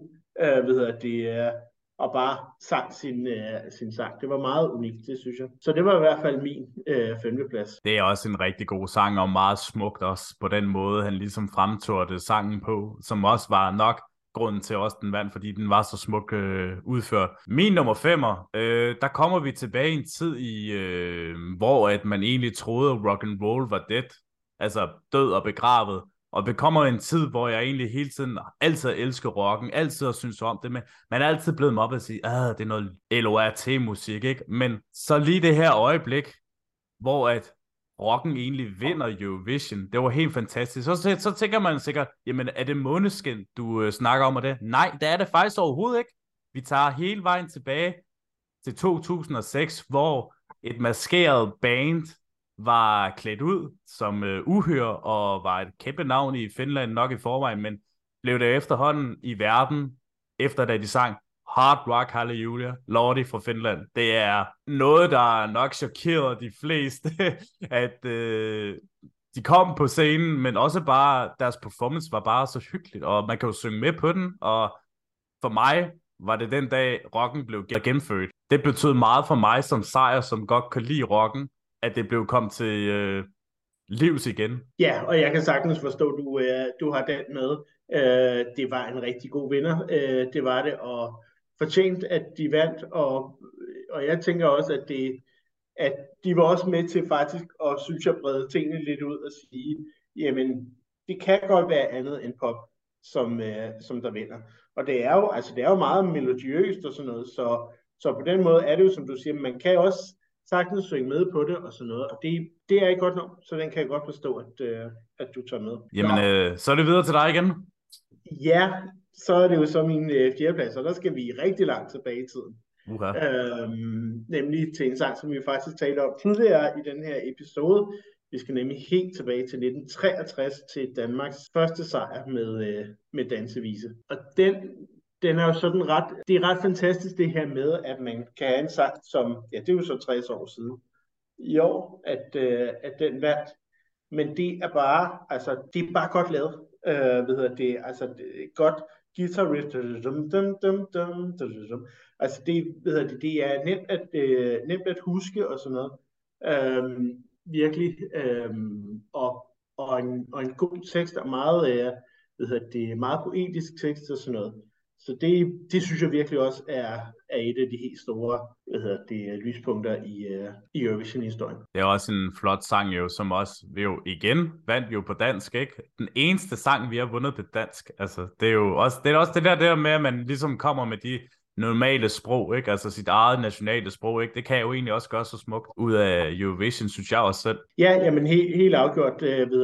og bare sang sin sang. Det var meget unikt, det synes jeg. Så det var i hvert fald min femteplads. Det er også en rigtig god sang, og meget smukt også på den måde, han ligesom fremtrådte sangen på, som også var nok grunden til også den vandt, fordi den var så smuk udført. Min nummer 5'er, der kommer vi tilbage i en tid, hvor at man egentlig troede, at rock and roll var dead, altså død og begravet. Og det kommer en tid, hvor jeg egentlig hele tiden altid elsker rocken, altid har synes om det, men man er altid blevet op at sige, det er noget LORT-musik, ikke? Men så lige det her øjeblik, hvor at rocken egentlig vinder Eurovision, det var helt fantastisk. Så tænker man sikkert, jamen er det Måneskin, du snakker om, og det? Nej, det er det faktisk overhovedet ikke. Vi tager hele vejen tilbage til 2006, hvor et maskeret band var klædt ud som Uhør og var et kæmpe navn i Finland nok i forvejen, men blev det efterhånden i verden, efter da de sang Hard Rock Hallelujah, Lordi fra Finland. Det er noget, der nok chokerede de fleste, at de kom på scenen, men også bare, deres performance var bare så hyggeligt, og man kan jo synge med på den, og for mig var det den dag, rocken blev genfødt. Det betød meget for mig som sejr, som godt kan lide rocken, at det blev kommet til livs igen. Ja, og jeg kan sagtens forstå, at du har den med. Det var en rigtig god vinder. Det var det, og fortjent, at de vandt, og jeg tænker også, at de var også med til faktisk at, synes jeg, brede tingene lidt ud og sige, jamen, det kan godt være andet end pop, som der vinder. Og det er jo meget melodiøst og sådan noget, så på den måde er det jo, som du siger, man kan også sagtens synge med på det og sådan noget, og det er ikke godt nok, så den kan jeg godt forstå, at du tager med. Jamen, så er det videre til dig igen. Ja, så er det jo så min fjerdeplads, og der skal vi rigtig langt tilbage i tiden. Nemlig til en sang, som vi faktisk talte om tidligere i den her episode. Vi skal nemlig helt tilbage til 1963 til Danmarks første sejr med dansevise. Og den er jo sådan det er ret fantastisk det her med, at man kan have en sang, som, ja, det er jo så 60 år siden i år, at den vandt. Men det er bare godt lavet. Altså det er godt guitar riff. Altså det er nemt at huske og sådan noget. Virkelig. Og en god tekst og meget, meget poetisk tekst og sådan noget. Så det synes jeg virkelig også er et af de helt store lyspunkter i Eurovision-historien. Det er også en flot sang jo, som også jo igen vandt jo på dansk, ikke? Den eneste sang, vi har vundet på dansk. Altså, det er jo også det der med, at man ligesom kommer med de normale sprog, ikke? Altså sit eget nationale sprog, ikke? Det kan jo egentlig også gøre så smukt ud af Eurovision, synes jeg også selv. Ja, jamen helt afgjort,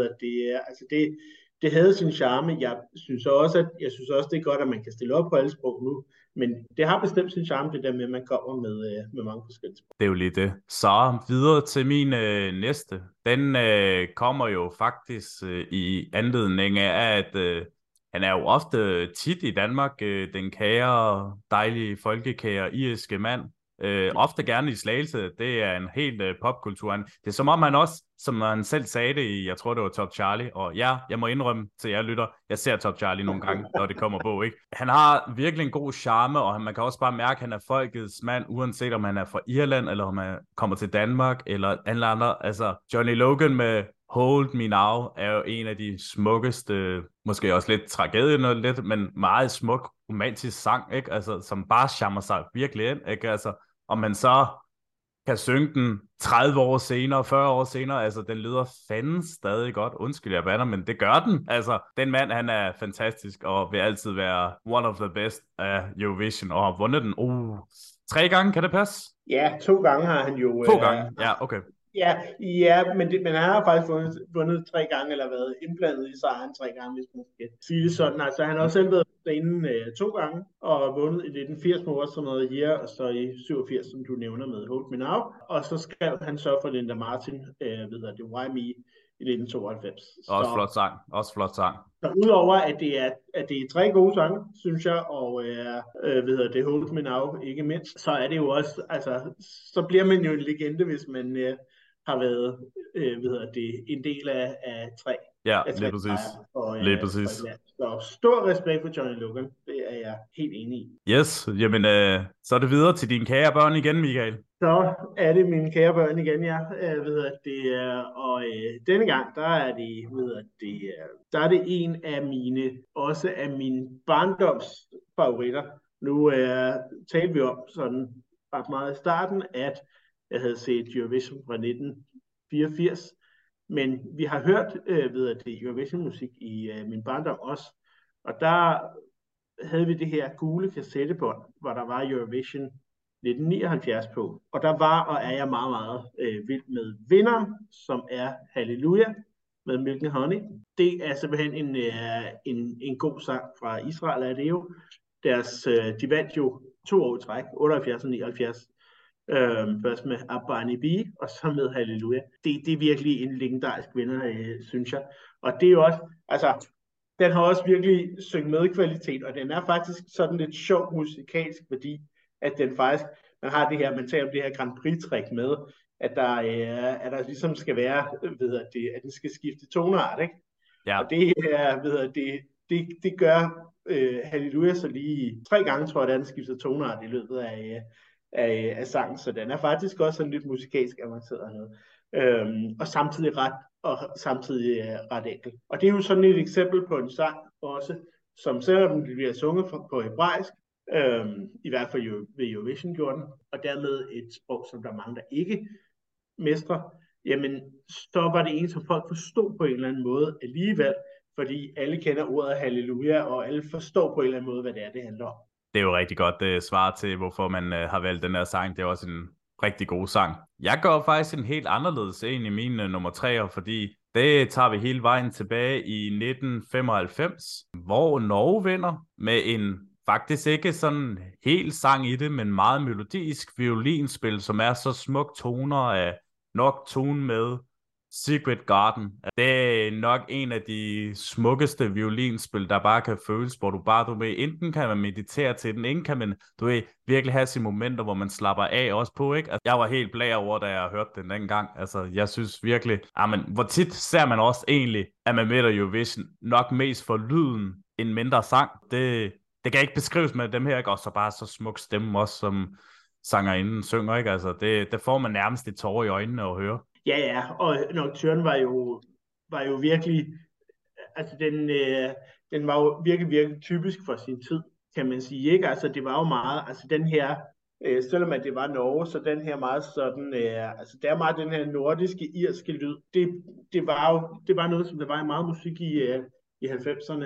det havde sin charme. Jeg synes også, det er godt, at man kan stille op på alle sprog nu, men det har bestemt sin charme, det der med, at man kommer med mange forskellige sprog. Det er jo lige det. Så videre til min næste. Den kommer jo faktisk i anledning af, at han er jo ofte tit i Danmark, den kære, dejlige, folkekære, irske mand. Ofte gerne i Slagelse. Det er en helt popkultur. Det er som om han også, som han selv sagde det i, jeg tror det var Top Charlie, og ja, jeg må indrømme til jer lytter, jeg ser Top Charlie nogle gange, når det kommer på, ikke? Han har virkelig en god charme, og man kan også bare mærke, at han er folkets mand, uanset om han er fra Irland, eller om han kommer til Danmark, eller andre. Altså, Johnny Logan med Hold Me Now er jo en af de smukkeste, måske også lidt tragedie noget lidt, men meget smuk romantisk sang, ikke? Altså, som bare charmer sig virkelig ind, ikke? Altså, om man så kan synge den 30 år senere, 40 år senere, altså, den lyder fandens stadig godt. Undskyld, jeg bander, men det gør den. Altså, den mand, han er fantastisk, og vil altid være one of the best af Eurovision, og har vundet den, 3 gange, kan det passe? Ja, 2 gange har han jo... 2 gange, ja, okay. Ja, men han har faktisk vundet 3 gange, eller været indblandet i sejren 3 gange, hvis man skal sige det sådan. Altså, han har også selv været derinde 2 gange, og vundet i 1980 med What's Another Year, og så i 87, som du nævner, med Hold Me Now. Og så skrev han så for Linda Martin, det Why Me, i 1992. Også flot sang, også flot sang. Så udover at det er 3 gode sange, synes jeg, og det Hold Me Now ikke mindst, så er det jo også, altså, så bliver man jo en legende, hvis man har været en del af 3. Ja, af 3 lige præcis. Lige præcis. Så stor respekt for Johnny Logan, det er jeg helt enig i. Yes, jamen så er det videre til dine kære børn igen, Michael. Så er det mine kære børn igen, ja. Denne gang, der er det en af mine barndoms favoritter. Nu talte vi om sådan ret meget i starten, at jeg havde set Eurovision fra 1984, men vi har hørt Eurovision-musik i min barndom også, og der havde vi det her gule kassettebånd, hvor der var Eurovision 1979 på. Og der var og er jeg meget, meget vild med vinderen, som er Halleluja med Milk and Honey. Det er simpelthen en god sang fra Israel, er det jo. De vandt jo 2 år i træk, 78 og 79. Først med Abani B, og så med Halleluja. Det er virkelig en legendarisk vinder, synes jeg. Og det er jo også, altså, den har også virkelig syngt med kvalitet, og den er faktisk sådan lidt sjov musikalsk, fordi at den faktisk, man har det her, man taler om det her Grand Prix-træk med, at der ligesom skal være, at den skal skifte toneart, ikke? Ja. Og det er, det gør Halleluja så lige 3 gange, tror jeg, at den skifter toneart i løbet af sangen, så den er faktisk også sådan lidt musikalsk avanceret noget. Og samtidig ret enkel. Og det er jo sådan et eksempel på en sang også, som selvom den bliver sunget på hebraisk, i hvert fald ved Eurovision gjorde den, og dermed et sprog, som der er mange, der ikke mestrer, jamen så var det en, som folk forstod på en eller anden måde alligevel, fordi alle kender ordet halleluja, og alle forstår på en eller anden måde, hvad det handler om. Det er jo rigtig godt svar til, hvorfor man har valgt den her sang. Det er også en rigtig god sang. Jeg går faktisk en helt anderledes ind i mine nummer 3'er, fordi det tager vi hele vejen tilbage i 1995, hvor Norge vinder med en faktisk ikke sådan helt sang i det, men meget melodisk violinspil, som er så smuk toner af nok tone med Secret Garden. Det er nok en af de smukkeste violinspil, der bare kan føles, hvor du ved, enten kan man meditere til den, enten kan man, virkelig have sine momenter, hvor man slapper af også på, ikke? Altså, jeg var helt bleg over, da jeg hørte den dengang. Altså, jeg synes virkelig, hvor tit ser man også egentlig, at man med Eurovision nok mest for lyden end mindre sang. Det kan ikke beskrives med dem her, ikke? Og så bare så smuk stemme også, som sangerinden synger, ikke? Altså, det får man nærmest et tårer i øjnene at høre. Ja, og Nocturne var jo virkelig, altså den var jo virkelig, virkelig typisk for sin tid, kan man sige, ikke? Altså det var jo meget, altså den her, selvom at det var Norge, så den her meget sådan, altså der er meget den her nordiske, irske lyd, det var noget, som der var meget musik i 90'erne,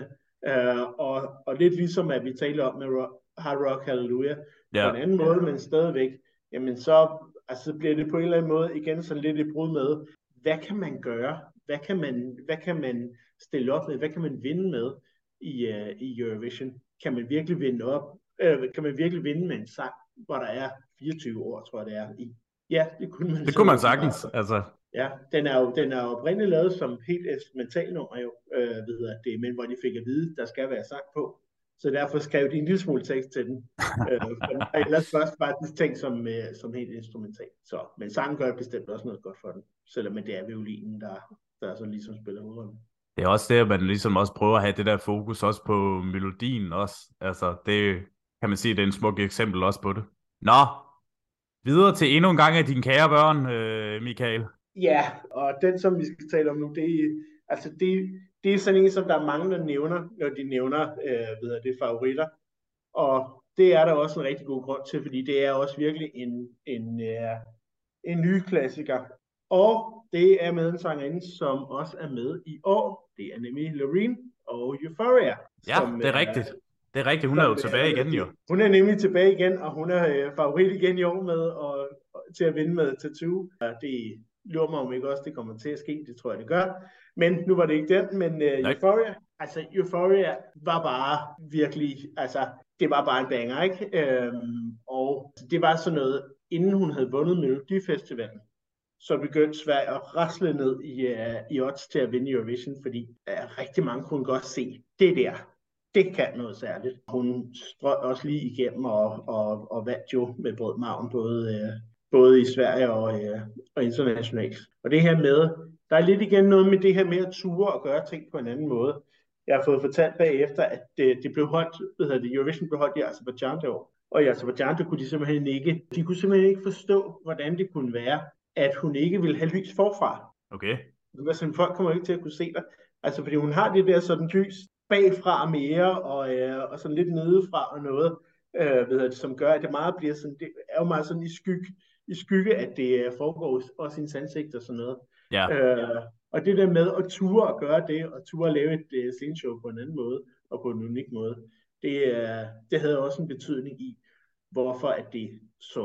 og lidt ligesom at vi taler om med Hard Rock Hallelujah, på en anden måde, men stadigvæk, jamen så bliver det på en eller anden måde igen sådan lidt et brud med, hvad kan man gøre? Hvad kan man stille op med? Hvad kan man vinde med i Eurovision? Kan man virkelig vinde op? Kan man virkelig vinde med en sang, hvor der er 24 år, tror jeg det er, Ja, det kunne man Det så kunne man åbenbart. sagtens, altså. Ja, den er jo oprindeligt lavet som helt instrumental nummer jo, ved det, men hvor de fik at vide, der skal være sang på. Så derfor skrev de en lille smule tekst til den. For den var ellers først faktisk tænkt som helt instrumental. Så, men sangen gør bestemt også noget godt for den, selvom det er violinen, der så ligesom spiller hovedrollen. Det er også det, at man ligesom også prøver at have det der fokus også på melodien også. Altså, det kan man sige, det er en smuk eksempel også på det. Nå, videre til endnu en gang af dine kære børn, Michael. Ja, og den, som vi skal tale om nu, det er sådan en, som der er mange, der nævner, når de nævner favoritter. Og det er der også en rigtig god grund til, fordi det er også virkelig en ny klassiker. Og det er med en sangerinde, som også er med i år. Det er nemlig Loreen og Euphoria. Ja, det er rigtigt. Det er rigtigt, hun er jo tilbage igen jo. Hun er nemlig tilbage igen, og hun er favorit igen i år med til at vinde med Tattoo. Det lurer mig om ikke også, det kommer til at ske. Det tror jeg, det gør. Men nu var det ikke den, men Euphoria var bare virkelig, det var bare en banger, ikke? Og det var sådan noget, inden hun havde vundet Melodifestivalen, så begyndte Sverige at rasle ned i odds til at vinde Eurovision, fordi rigtig mange kunne godt se, det kan noget særligt. Hun strøg også lige igennem og vandt jo med brød maven, både i Sverige og internationalt. Og det her med, der er lidt igen noget med det her med at ture og gøre ting på en anden måde. Jeg har fået fortalt bagefter, at det blev holdt, Eurovision blev holdt i Aserbajdsjan det år. Og i Aserbajdsjan, de kunne simpelthen ikke forstå, hvordan det kunne være, at hun ikke ville have lys forfra. Okay. Det var sådan, folk kommer ikke til at kunne se dig. Altså, fordi hun har det der sådan lys bagfra mere, og sådan lidt nedefra og noget, som gør, at det meget bliver sådan, det er jo meget sådan i skygge, at det foregår også i ens ansigt og sådan noget. Ja. Og det der med at ture og gøre det, og ture at lave et sceneshow på en anden måde, og på en unik måde, det havde også en betydning i, hvorfor at det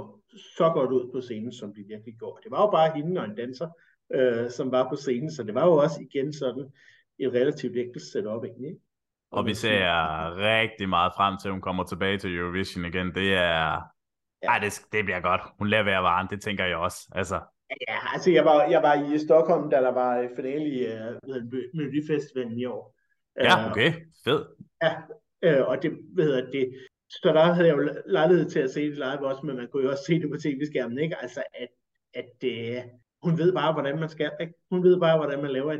så godt ud på scenen, som det virkelig gjorde. Det var jo bare hende og en danser, som var på scenen, så det var jo også igen sådan et relativt enkelt setup egentlig. Og vi ser rigtig meget frem til, at hun kommer tilbage til Eurovision igen. Det er... Ja. Det bliver godt. Hun lader være varen, det tænker jeg også. Altså... Ja, altså jeg var i Stockholm, da der var finale i Melodifestivalen i år. Ja, okay. Fed. Ja, og det, så der havde jeg jo lejlighed til at se det live også, men man kunne jo også se det på tv-skærmen, ikke? Altså, at hun ved bare, hvordan man skal, ikke? Hun ved bare, hvordan man laver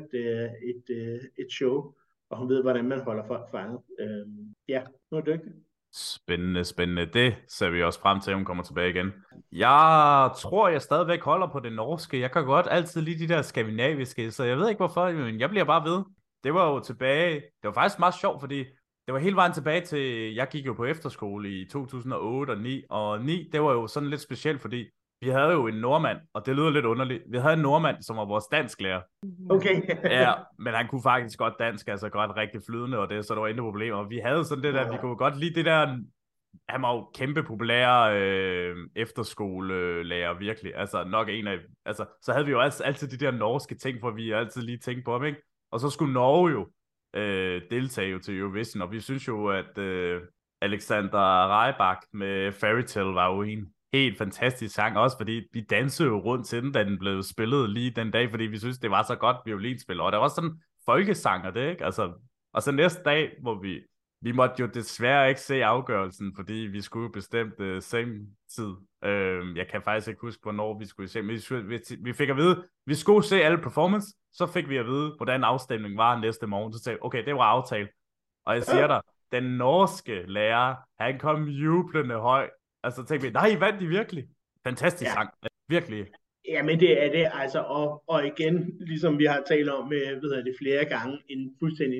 et show, og hun ved, hvordan man holder folk fanget. Ja, nu er det dygtigt. Spændende. Det ser vi også frem til, at hun kommer tilbage igen. Jeg tror, jeg stadigvæk holder på det norske. Jeg kan godt altid lide de der skandinaviske, så jeg ved ikke hvorfor, men jeg bliver bare ved. Det var jo tilbage. Det var faktisk meget sjovt, fordi det var hele vejen tilbage til, jeg gik jo på efterskole i 2008 og 9, og 9, det var jo sådan lidt specielt, fordi vi havde jo en nordmand, og det lyder lidt underligt. Vi havde en nordmand, som var vores dansklærer. Okay. Ja, men han kunne faktisk godt dansk, altså godt rigtig flydende, og det, så der var intet problemer. Vi havde sådan det der, vi kunne godt lide det der, han var jo kæmpe populær efterskolelærer, virkelig. Altså nok en af, altså så havde vi jo altid de der norske ting, for vi altid lige tænkte på ham, ikke? Og så skulle Norge jo deltage jo til Eurovision, og vi synes jo, at Alexander Rybak med Fairytale var jo en helt fantastisk sang, også fordi vi dansede jo rundt til den, da den blev spillet lige den dag, fordi vi synes, det var så godt violinspil, og der var også sådan folkesanger det, ikke? Altså, og så næste dag, hvor vi måtte jo desværre ikke se afgørelsen, fordi vi skulle jo bestemt same tid. Jeg kan faktisk ikke huske, hvornår vi skulle se, men vi fik at vide, vi skulle se alle performance, så fik vi at vide, hvordan afstemningen var næste morgen, så sagde okay, det var aftalt. Og jeg siger dig, den norske lærer, han kom jublende høj. Altså tænkte vi, nej, vandt de virkelig? Fantastisk sang, virkelig. Ja, men det er det, altså, og igen, ligesom vi har talt om flere gange, et fuldstændig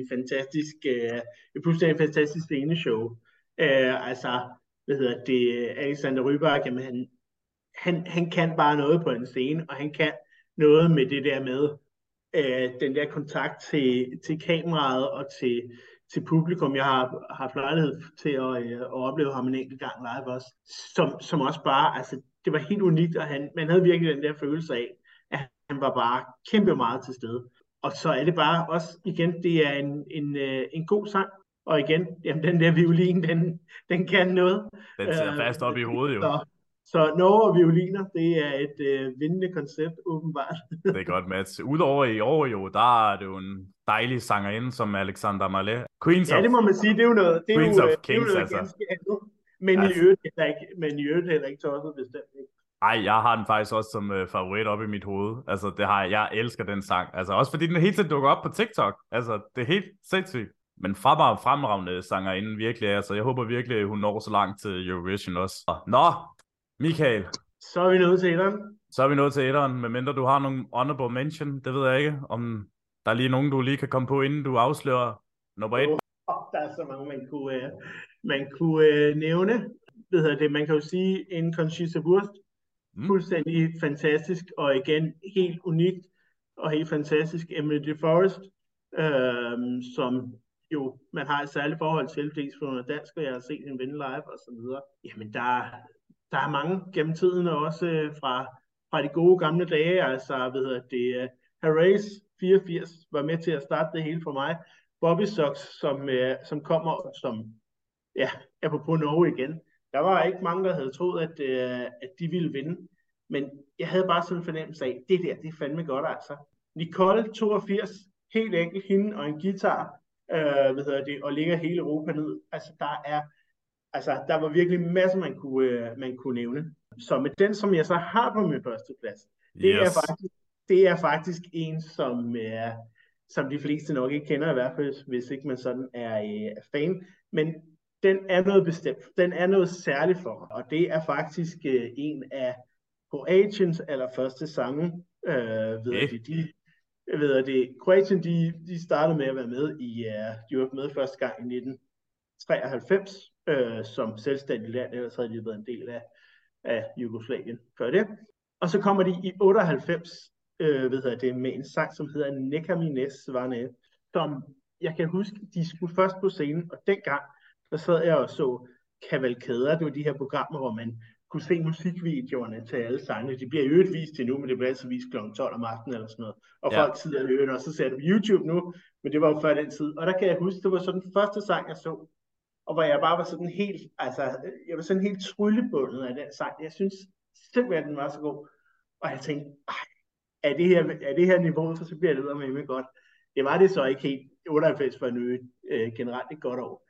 fantastisk sceneshow. Alexander Rybak, jamen, han kan bare noget på en scene, og han kan noget med det der med den der kontakt til kameraet og til publikum. Jeg har haft lejlighed til at opleve ham en enkelt gang live også, som også bare, altså det var helt unikt, og man havde virkelig den der følelse af, at han var bare kæmpe meget til stede. Og så er det bare også, igen, det er en god sang, og igen, jamen, den der violin, den kan noget. Den sidder fast op i hovedet jo. Så Norge og violiner, det er et vindende koncept, åbenbart. Det er godt, Mads. Udover i år jo, der er det jo en dejlig sangerinde som Alexander Mallet. Ja, det må man sige, det er jo noget, Queens of det er jo Kings, noget altså. ganske andet. Men i Altså, øvrigt heller ikke tosset bestemt ikke. ej, jeg har den faktisk også som favorit op i mit hoved. Altså, det har jeg elsker den sang. Altså, også fordi den hele tiden dukker op på TikTok. Altså, det er helt sindssygt. Men fremragende sangerinde, virkelig. Altså, jeg håber virkelig, hun når så langt til Eurovision også. Nå, Michael, Så er vi nået til etteren. så er vi nået til etteren. Medmindre du har nogle honorable mention, det ved jeg ikke. Om der er lige nogen, du lige kan komme på, inden du afslører nummer 1. Der er så mange, man kunne nævne. Man kan jo sige, en Conchita Wurst, fuldstændig fantastisk, og igen helt unikt, og helt fantastisk. Emily DeForest, som jo man har et særligt forhold til, dels for hun er dansk, og jeg har set hende vinde live, og så videre. Jamen, der er mange gennem tiden, og også fra de gode gamle dage, altså, Harris 84 var med til at starte det hele for mig. Bobby Sox, som kommer som, ja, apropos Norge igen. Der var ikke mange, der havde troet, at de ville vinde. Men jeg havde bare sådan en fornemmelse af, det er fandme godt altså. Nicole 82, helt enkelt hende og en guitar, og ligger hele Europa ned. Altså, der var virkelig masser, man kunne nævne. Så med den, som jeg så har på min første plads, det er faktisk en, som de fleste nok ikke kender, i hvert fald, hvis ikke man sådan er fan. Men den er noget bestemt. Den er noget særligt for mig. Og det er faktisk en af Kroatiens allerførste sange. Kroatien, de startede med at være med de var med første gang i 1993 som selvstændig land, ellers havde de været en del af Jugoslavien før det. Og så kommer de i 98 med en sang, som hedder Neka mi Svane, som jeg kan huske, de skulle først på scenen, og dengang, der sad jeg og så kavalkader. Det var de her programmer, hvor man kunne se musikvideoerne til alle sangene. De bliver jo ikke vist til nu, men det bliver altid vist kl. 12 om aftenen eller sådan noget. Og folk sidder og hører, og så ser det på YouTube nu, men det var jo før den tid. Og der kan jeg huske, det var så den første sang, jeg så, og hvor jeg bare var sådan helt, jeg var sådan helt tryllebundet af den sang. Jeg synes simpelthen, den var så god. Og jeg tænkte, er det her niveau, så bliver det med godt. Det var det så ikke helt. 98 var generelt et godt år.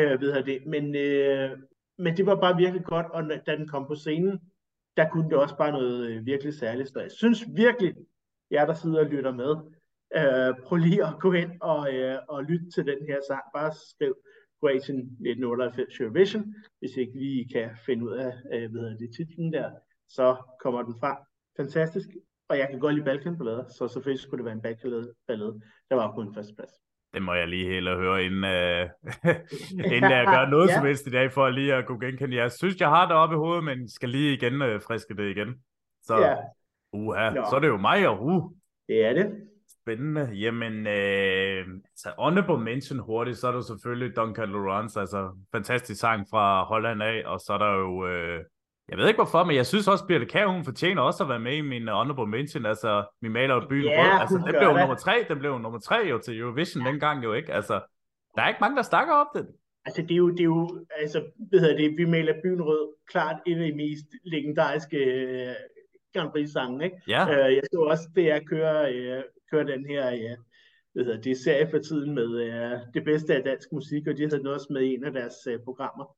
Men det var bare virkelig godt, og da den kom på scenen, der kunne det også bare noget virkelig særligt. Så jeg synes virkelig, jer der sidder og lytter med, prøv lige at gå ind og lytte til den her sang. Bare skriv Kroatien 1998 Eurovision, hvis ikke lige kan finde ud af titlen der, så kommer den frem. Fantastisk. Og jeg kan godt lide Balkan-ballader, så selvfølgelig skulle det være en Balkan-ballade, der var på en første plads. Det må jeg lige hellere høre, inden jeg gør noget som helst i dag, for lige at kunne genkende. Jeg synes, jeg har det oppe i hovedet, men skal lige igen friske det igen. Så, så er det jo mig, og det er det. Spændende. Jamen, honorable mention hurtigt, så er der selvfølgelig Duncan Lawrence, altså fantastisk sang fra Holland af, og så er der jo... jeg ved ikke hvorfor, men jeg synes også, Birte Kjær, hun fortjener også at være med i min honorable mention, altså min maler og byen rød. Altså, den blev nummer 3 jo til Eurovision dengang jo, ikke? Altså, der er ikke mange, der snakker om det. Altså, det er jo vi maler byen rød, klart en af de mest legendariske Grand Prix-sange, ikke? Ja. Jeg så også, det er at køre den her, det er serie for tiden med det bedste af dansk musik, og de havde den også med i en af deres programmer.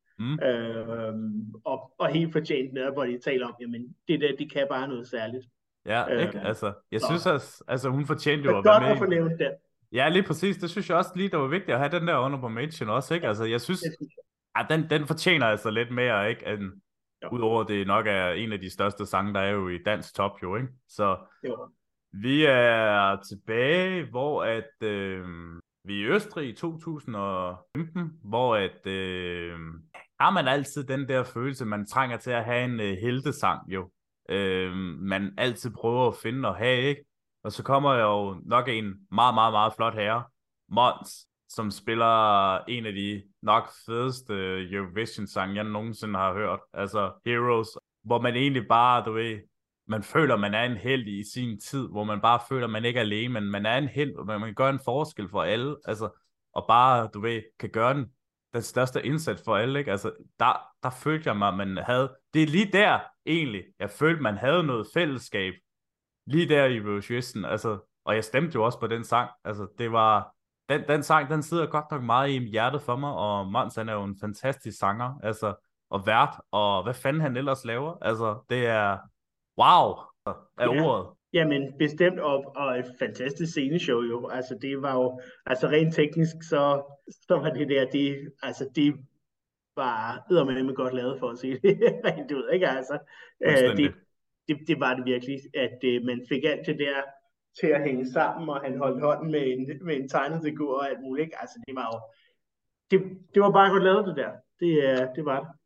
Og helt fortjent netop, hvor de taler om, jamen det der, det kan bare noget særligt. Ja, ikke? Altså, jeg synes også, altså hun fortjente jo at være med. Godt at få nævnt den. Ja, lige præcis. Det synes jeg også lige, det var vigtigt at have den der honorable mention også, ikke? Altså, jeg synes, den fortjener altså lidt mere, ikke? Udover det nok er en af de største sange, der er jo i dansk top, jo, ikke? Så vi er tilbage, hvor vi er i Østrig i 2015, hvor har man altid den der følelse, man trænger til at have en heltesang, jo. Man altid prøver at finde og have, ikke? Og så kommer jo nok en meget, meget, meget flot herre, Måns, som spiller en af de nok fedeste Eurovision-sange, jeg nogensinde har hørt. Altså Heroes, hvor man egentlig bare, man føler, man er en helt i sin tid, hvor man bare føler, man ikke er alene, men man er en helt, og man gør en forskel for alle, altså, og bare, kan gøre den største indsats for alle, ikke? Altså, der følte jeg mig, man havde, det er lige der, egentlig, jeg følte, man havde noget fællesskab, lige der i Eurovision, altså, og jeg stemte jo også på den sang, altså, det var, den sang, den sidder godt nok meget i hjertet for mig, og Måns, han er jo en fantastisk sanger, altså, og vært, og hvad fanden han ellers laver, altså, det er, wow, er Ja, ordet. jamen bestemt, og et fantastisk sceneshow jo. Altså det var jo, altså rent teknisk, så var det der, det var eddermame godt lavet for at sige det rent ud, ikke altså. Fuldstændig. Det var det virkelig, at man fik alt det der til at hænge sammen, og han holdt hånden med en tegnet figur og alt muligt, ikke? Altså det var jo, det var bare godt lavet det der. Det var det.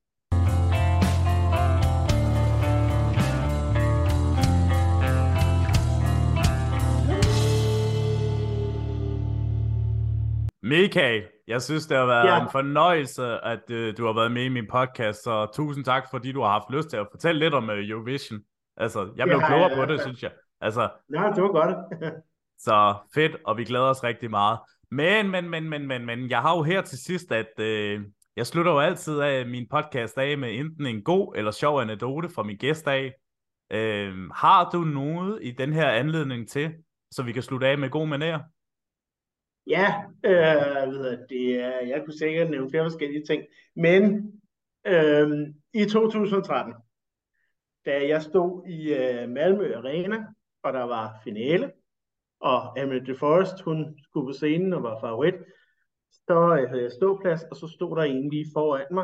Michael, jeg synes, det har været Ja, en fornøjelse, at du har været med i min podcast, så tusind tak, fordi du har haft lyst til at fortælle lidt om Eurovision. Altså, jeg det blev har klogere jeg i på hvert det, fald. synes jeg. Altså, Nå, det var godt. så fedt, og vi glæder os rigtig meget. Men, jeg har jo her til sidst, at jeg slutter jo altid af min podcast af med enten en god eller sjov anekdote fra min gæst af. Har du noget i den her anledning til, så vi kan slutte af med god manér? Ja, jeg kunne sikkert nævne flere forskellige ting, men i 2013, da jeg stod i Malmø Arena, og der var finale, og Emily DeForest, hun skulle på scenen og var favorit, så havde jeg ståplads, og så stod der en lige foran mig,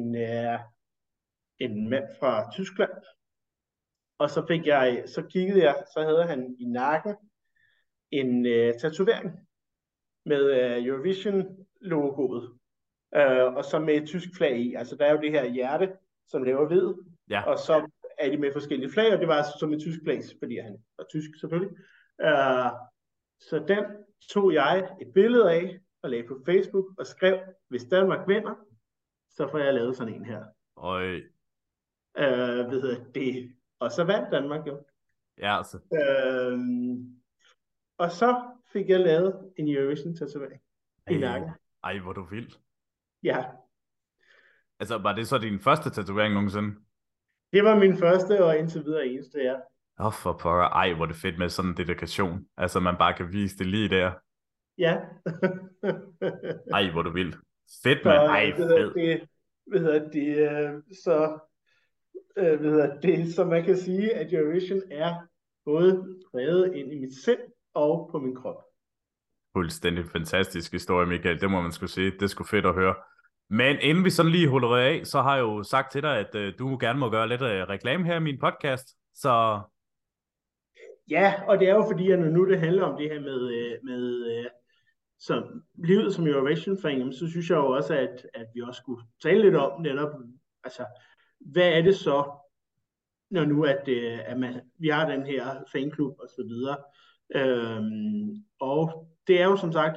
en mand fra Tyskland, og så kiggede jeg, så havde han i nakken en tatovering med Eurovision-logoet, og så med et tysk flag i. Altså der er jo det her hjerte, som laver hvid, Ja, og så er de med forskellige flag, og det var altså som et tysk flag, fordi han var tysk selvfølgelig. Øh, så den tog jeg et billede af, og lagde på Facebook, og skrev, hvis Danmark vinder, så får jeg lavet sådan en her. og Hvad hedder det? Og så vandt Danmark jo. ja, altså, Øh, og så fik jeg lavet en Eurovision-tatovering i ej, nakken. ej, hvor du vild. Ja, Altså, var det så din første tatovering nogensinde? det var min første og indtil videre eneste, ja. For pokker. Ej, hvor er det fedt med sådan en dedikation. Altså, man bare kan vise det lige der. Ja. Ej, hvor er du vild. Fedt, Så, mand. Ej, hvad hedder fed. det, hvad hedder det, så, hvad hedder det, så man kan sige, at Eurovision er både præget ind i mit sind og på min krop. Fuldstændig fantastisk historie, Michael. Det må man skulle sige. Det er sgu fedt at høre. Men inden vi sådan lige holder af, så har jeg jo sagt til dig, at du gerne må gøre lidt reklame her i min podcast. Så Ja, og det er jo fordi, at når nu det handler om det her så livet som Eurovision-fan, så synes jeg jo også, at vi også skulle tale lidt om netop, altså, hvad er det så, når nu vi har den her fanklub og så videre. Og det er jo som sagt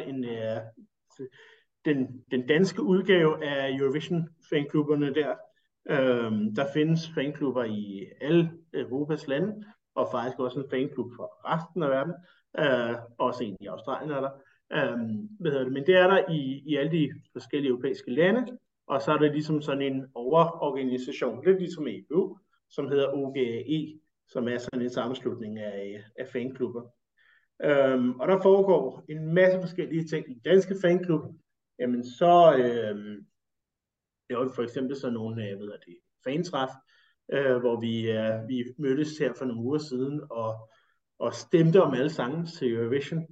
den danske udgave af Eurovision fanklubberne der. Der findes fanklubber i alle Europas lande, og faktisk også en fanklub for resten af verden. Også en i Australien er der. Men det er der i alle de forskellige europæiske lande, og så er der ligesom sådan en overorganisation, lidt ligesom EU, som hedder OGAE, som er sådan en sammenslutning af fanklubber. Og der foregår en masse forskellige ting. I den danske fanklub, jamen så laver vi for eksempel sådan nogle fantræf, hvor vi mødtes her for nogle uger siden og stemte om alle sange til Eurovision.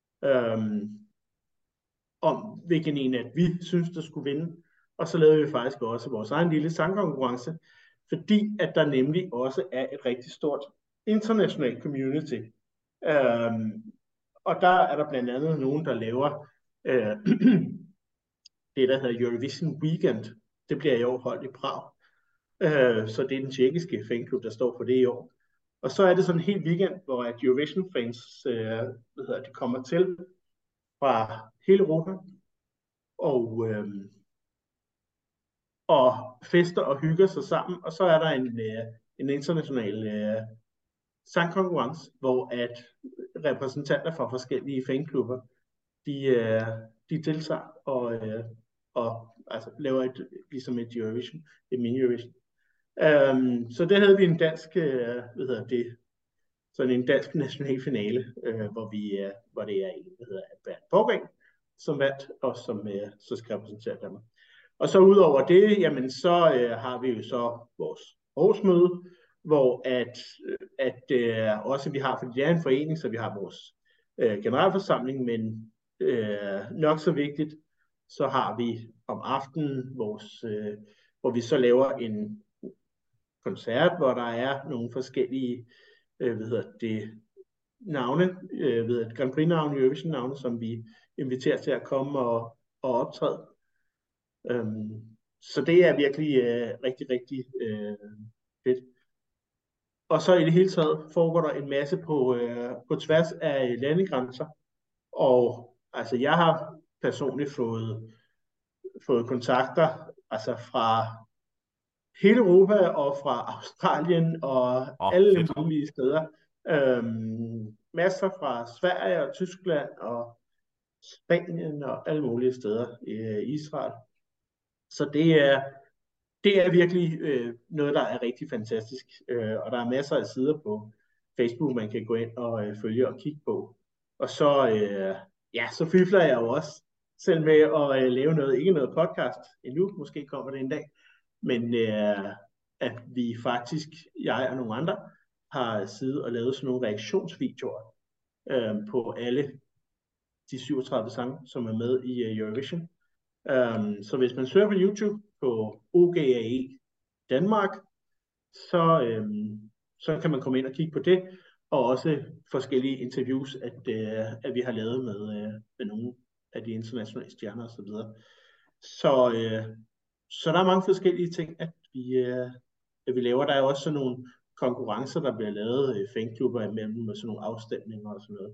Om hvilken en at vi synes, der skulle vinde. Og så lavede vi faktisk også vores egen lille sangkonkurrence, fordi at der nemlig også er et rigtig stort internationalt community. Og der er der blandt andet nogen, der laver det, der hedder Eurovision Weekend. Det bliver i år holdt i Prag. Så det er den tjekkiske fanklub, der står for det i år. Og så er det sådan en hel weekend, hvor at Eurovision-fans kommer til fra hele Europa og fester og hygger sig sammen. Og så er der en international sangkonkurrence, hvor at repræsentanter fra forskellige fanklubber, de deltager og altså laver ligesom et Eurovision, et mini-Eurovision. Så der havde vi en dansk, sådan en dansk national finale, hvor det er en, der hedder Bernd Borgring, som vandt, og som så skal repræsentere Danmark. Og så udover det, jamen så har vi jo så vores årsmøde, hvor også vi har, fordi det er en forening, så vi har vores generalforsamling, men nok så vigtigt, så har vi om aftenen hvor vi så laver en koncert, hvor der er nogle forskellige navne, Grand Prix-navne, Eurovision-navne, som vi inviterer til at komme og optræde. Så det er virkelig rigtig, rigtig fedt. Og så i det hele taget foregår der en masse på tværs af landegrænser. Og altså jeg har personligt fået kontakter altså fra hele Europa og fra Australien og alle mulige steder. Masser fra Sverige og Tyskland og Spanien og alle mulige steder i Israel. Så det er virkelig noget, der er rigtig fantastisk. Og der er masser af sider på Facebook, man kan gå ind og følge og kigge på. Og så fifler jeg jo også selv med at lave noget, ikke noget podcast endnu, måske kommer det en dag, men at vi faktisk, jeg og nogle andre, har siddet og lavet sådan nogle reaktionsvideoer på alle de 37 sange, som er med i Eurovision. Så hvis man søger på YouTube på OGAE Danmark, så kan man komme ind og kigge på det, og også forskellige interviews, at vi har lavet med nogle af de internationale stjerner og så videre. Så der er mange forskellige ting, at vi laver. Der er også sådan nogle konkurrencer, der bliver lavet, fanklubber imellem, med sådan nogle afstemninger og sådan noget.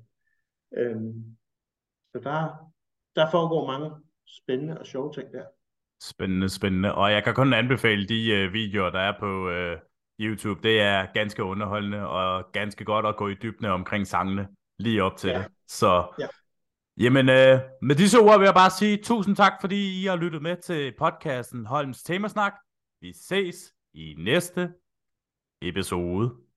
Så der foregår mange spændende og sjove ting der. Spændende. Og jeg kan kun anbefale de videoer, der er på YouTube. Det er ganske underholdende og ganske godt at gå i dybden omkring sangene lige op til det. Så jamen, med disse ord vil jeg bare sige tusind tak, fordi I har lyttet med til podcasten Holms Temasnak. Vi ses i næste episode.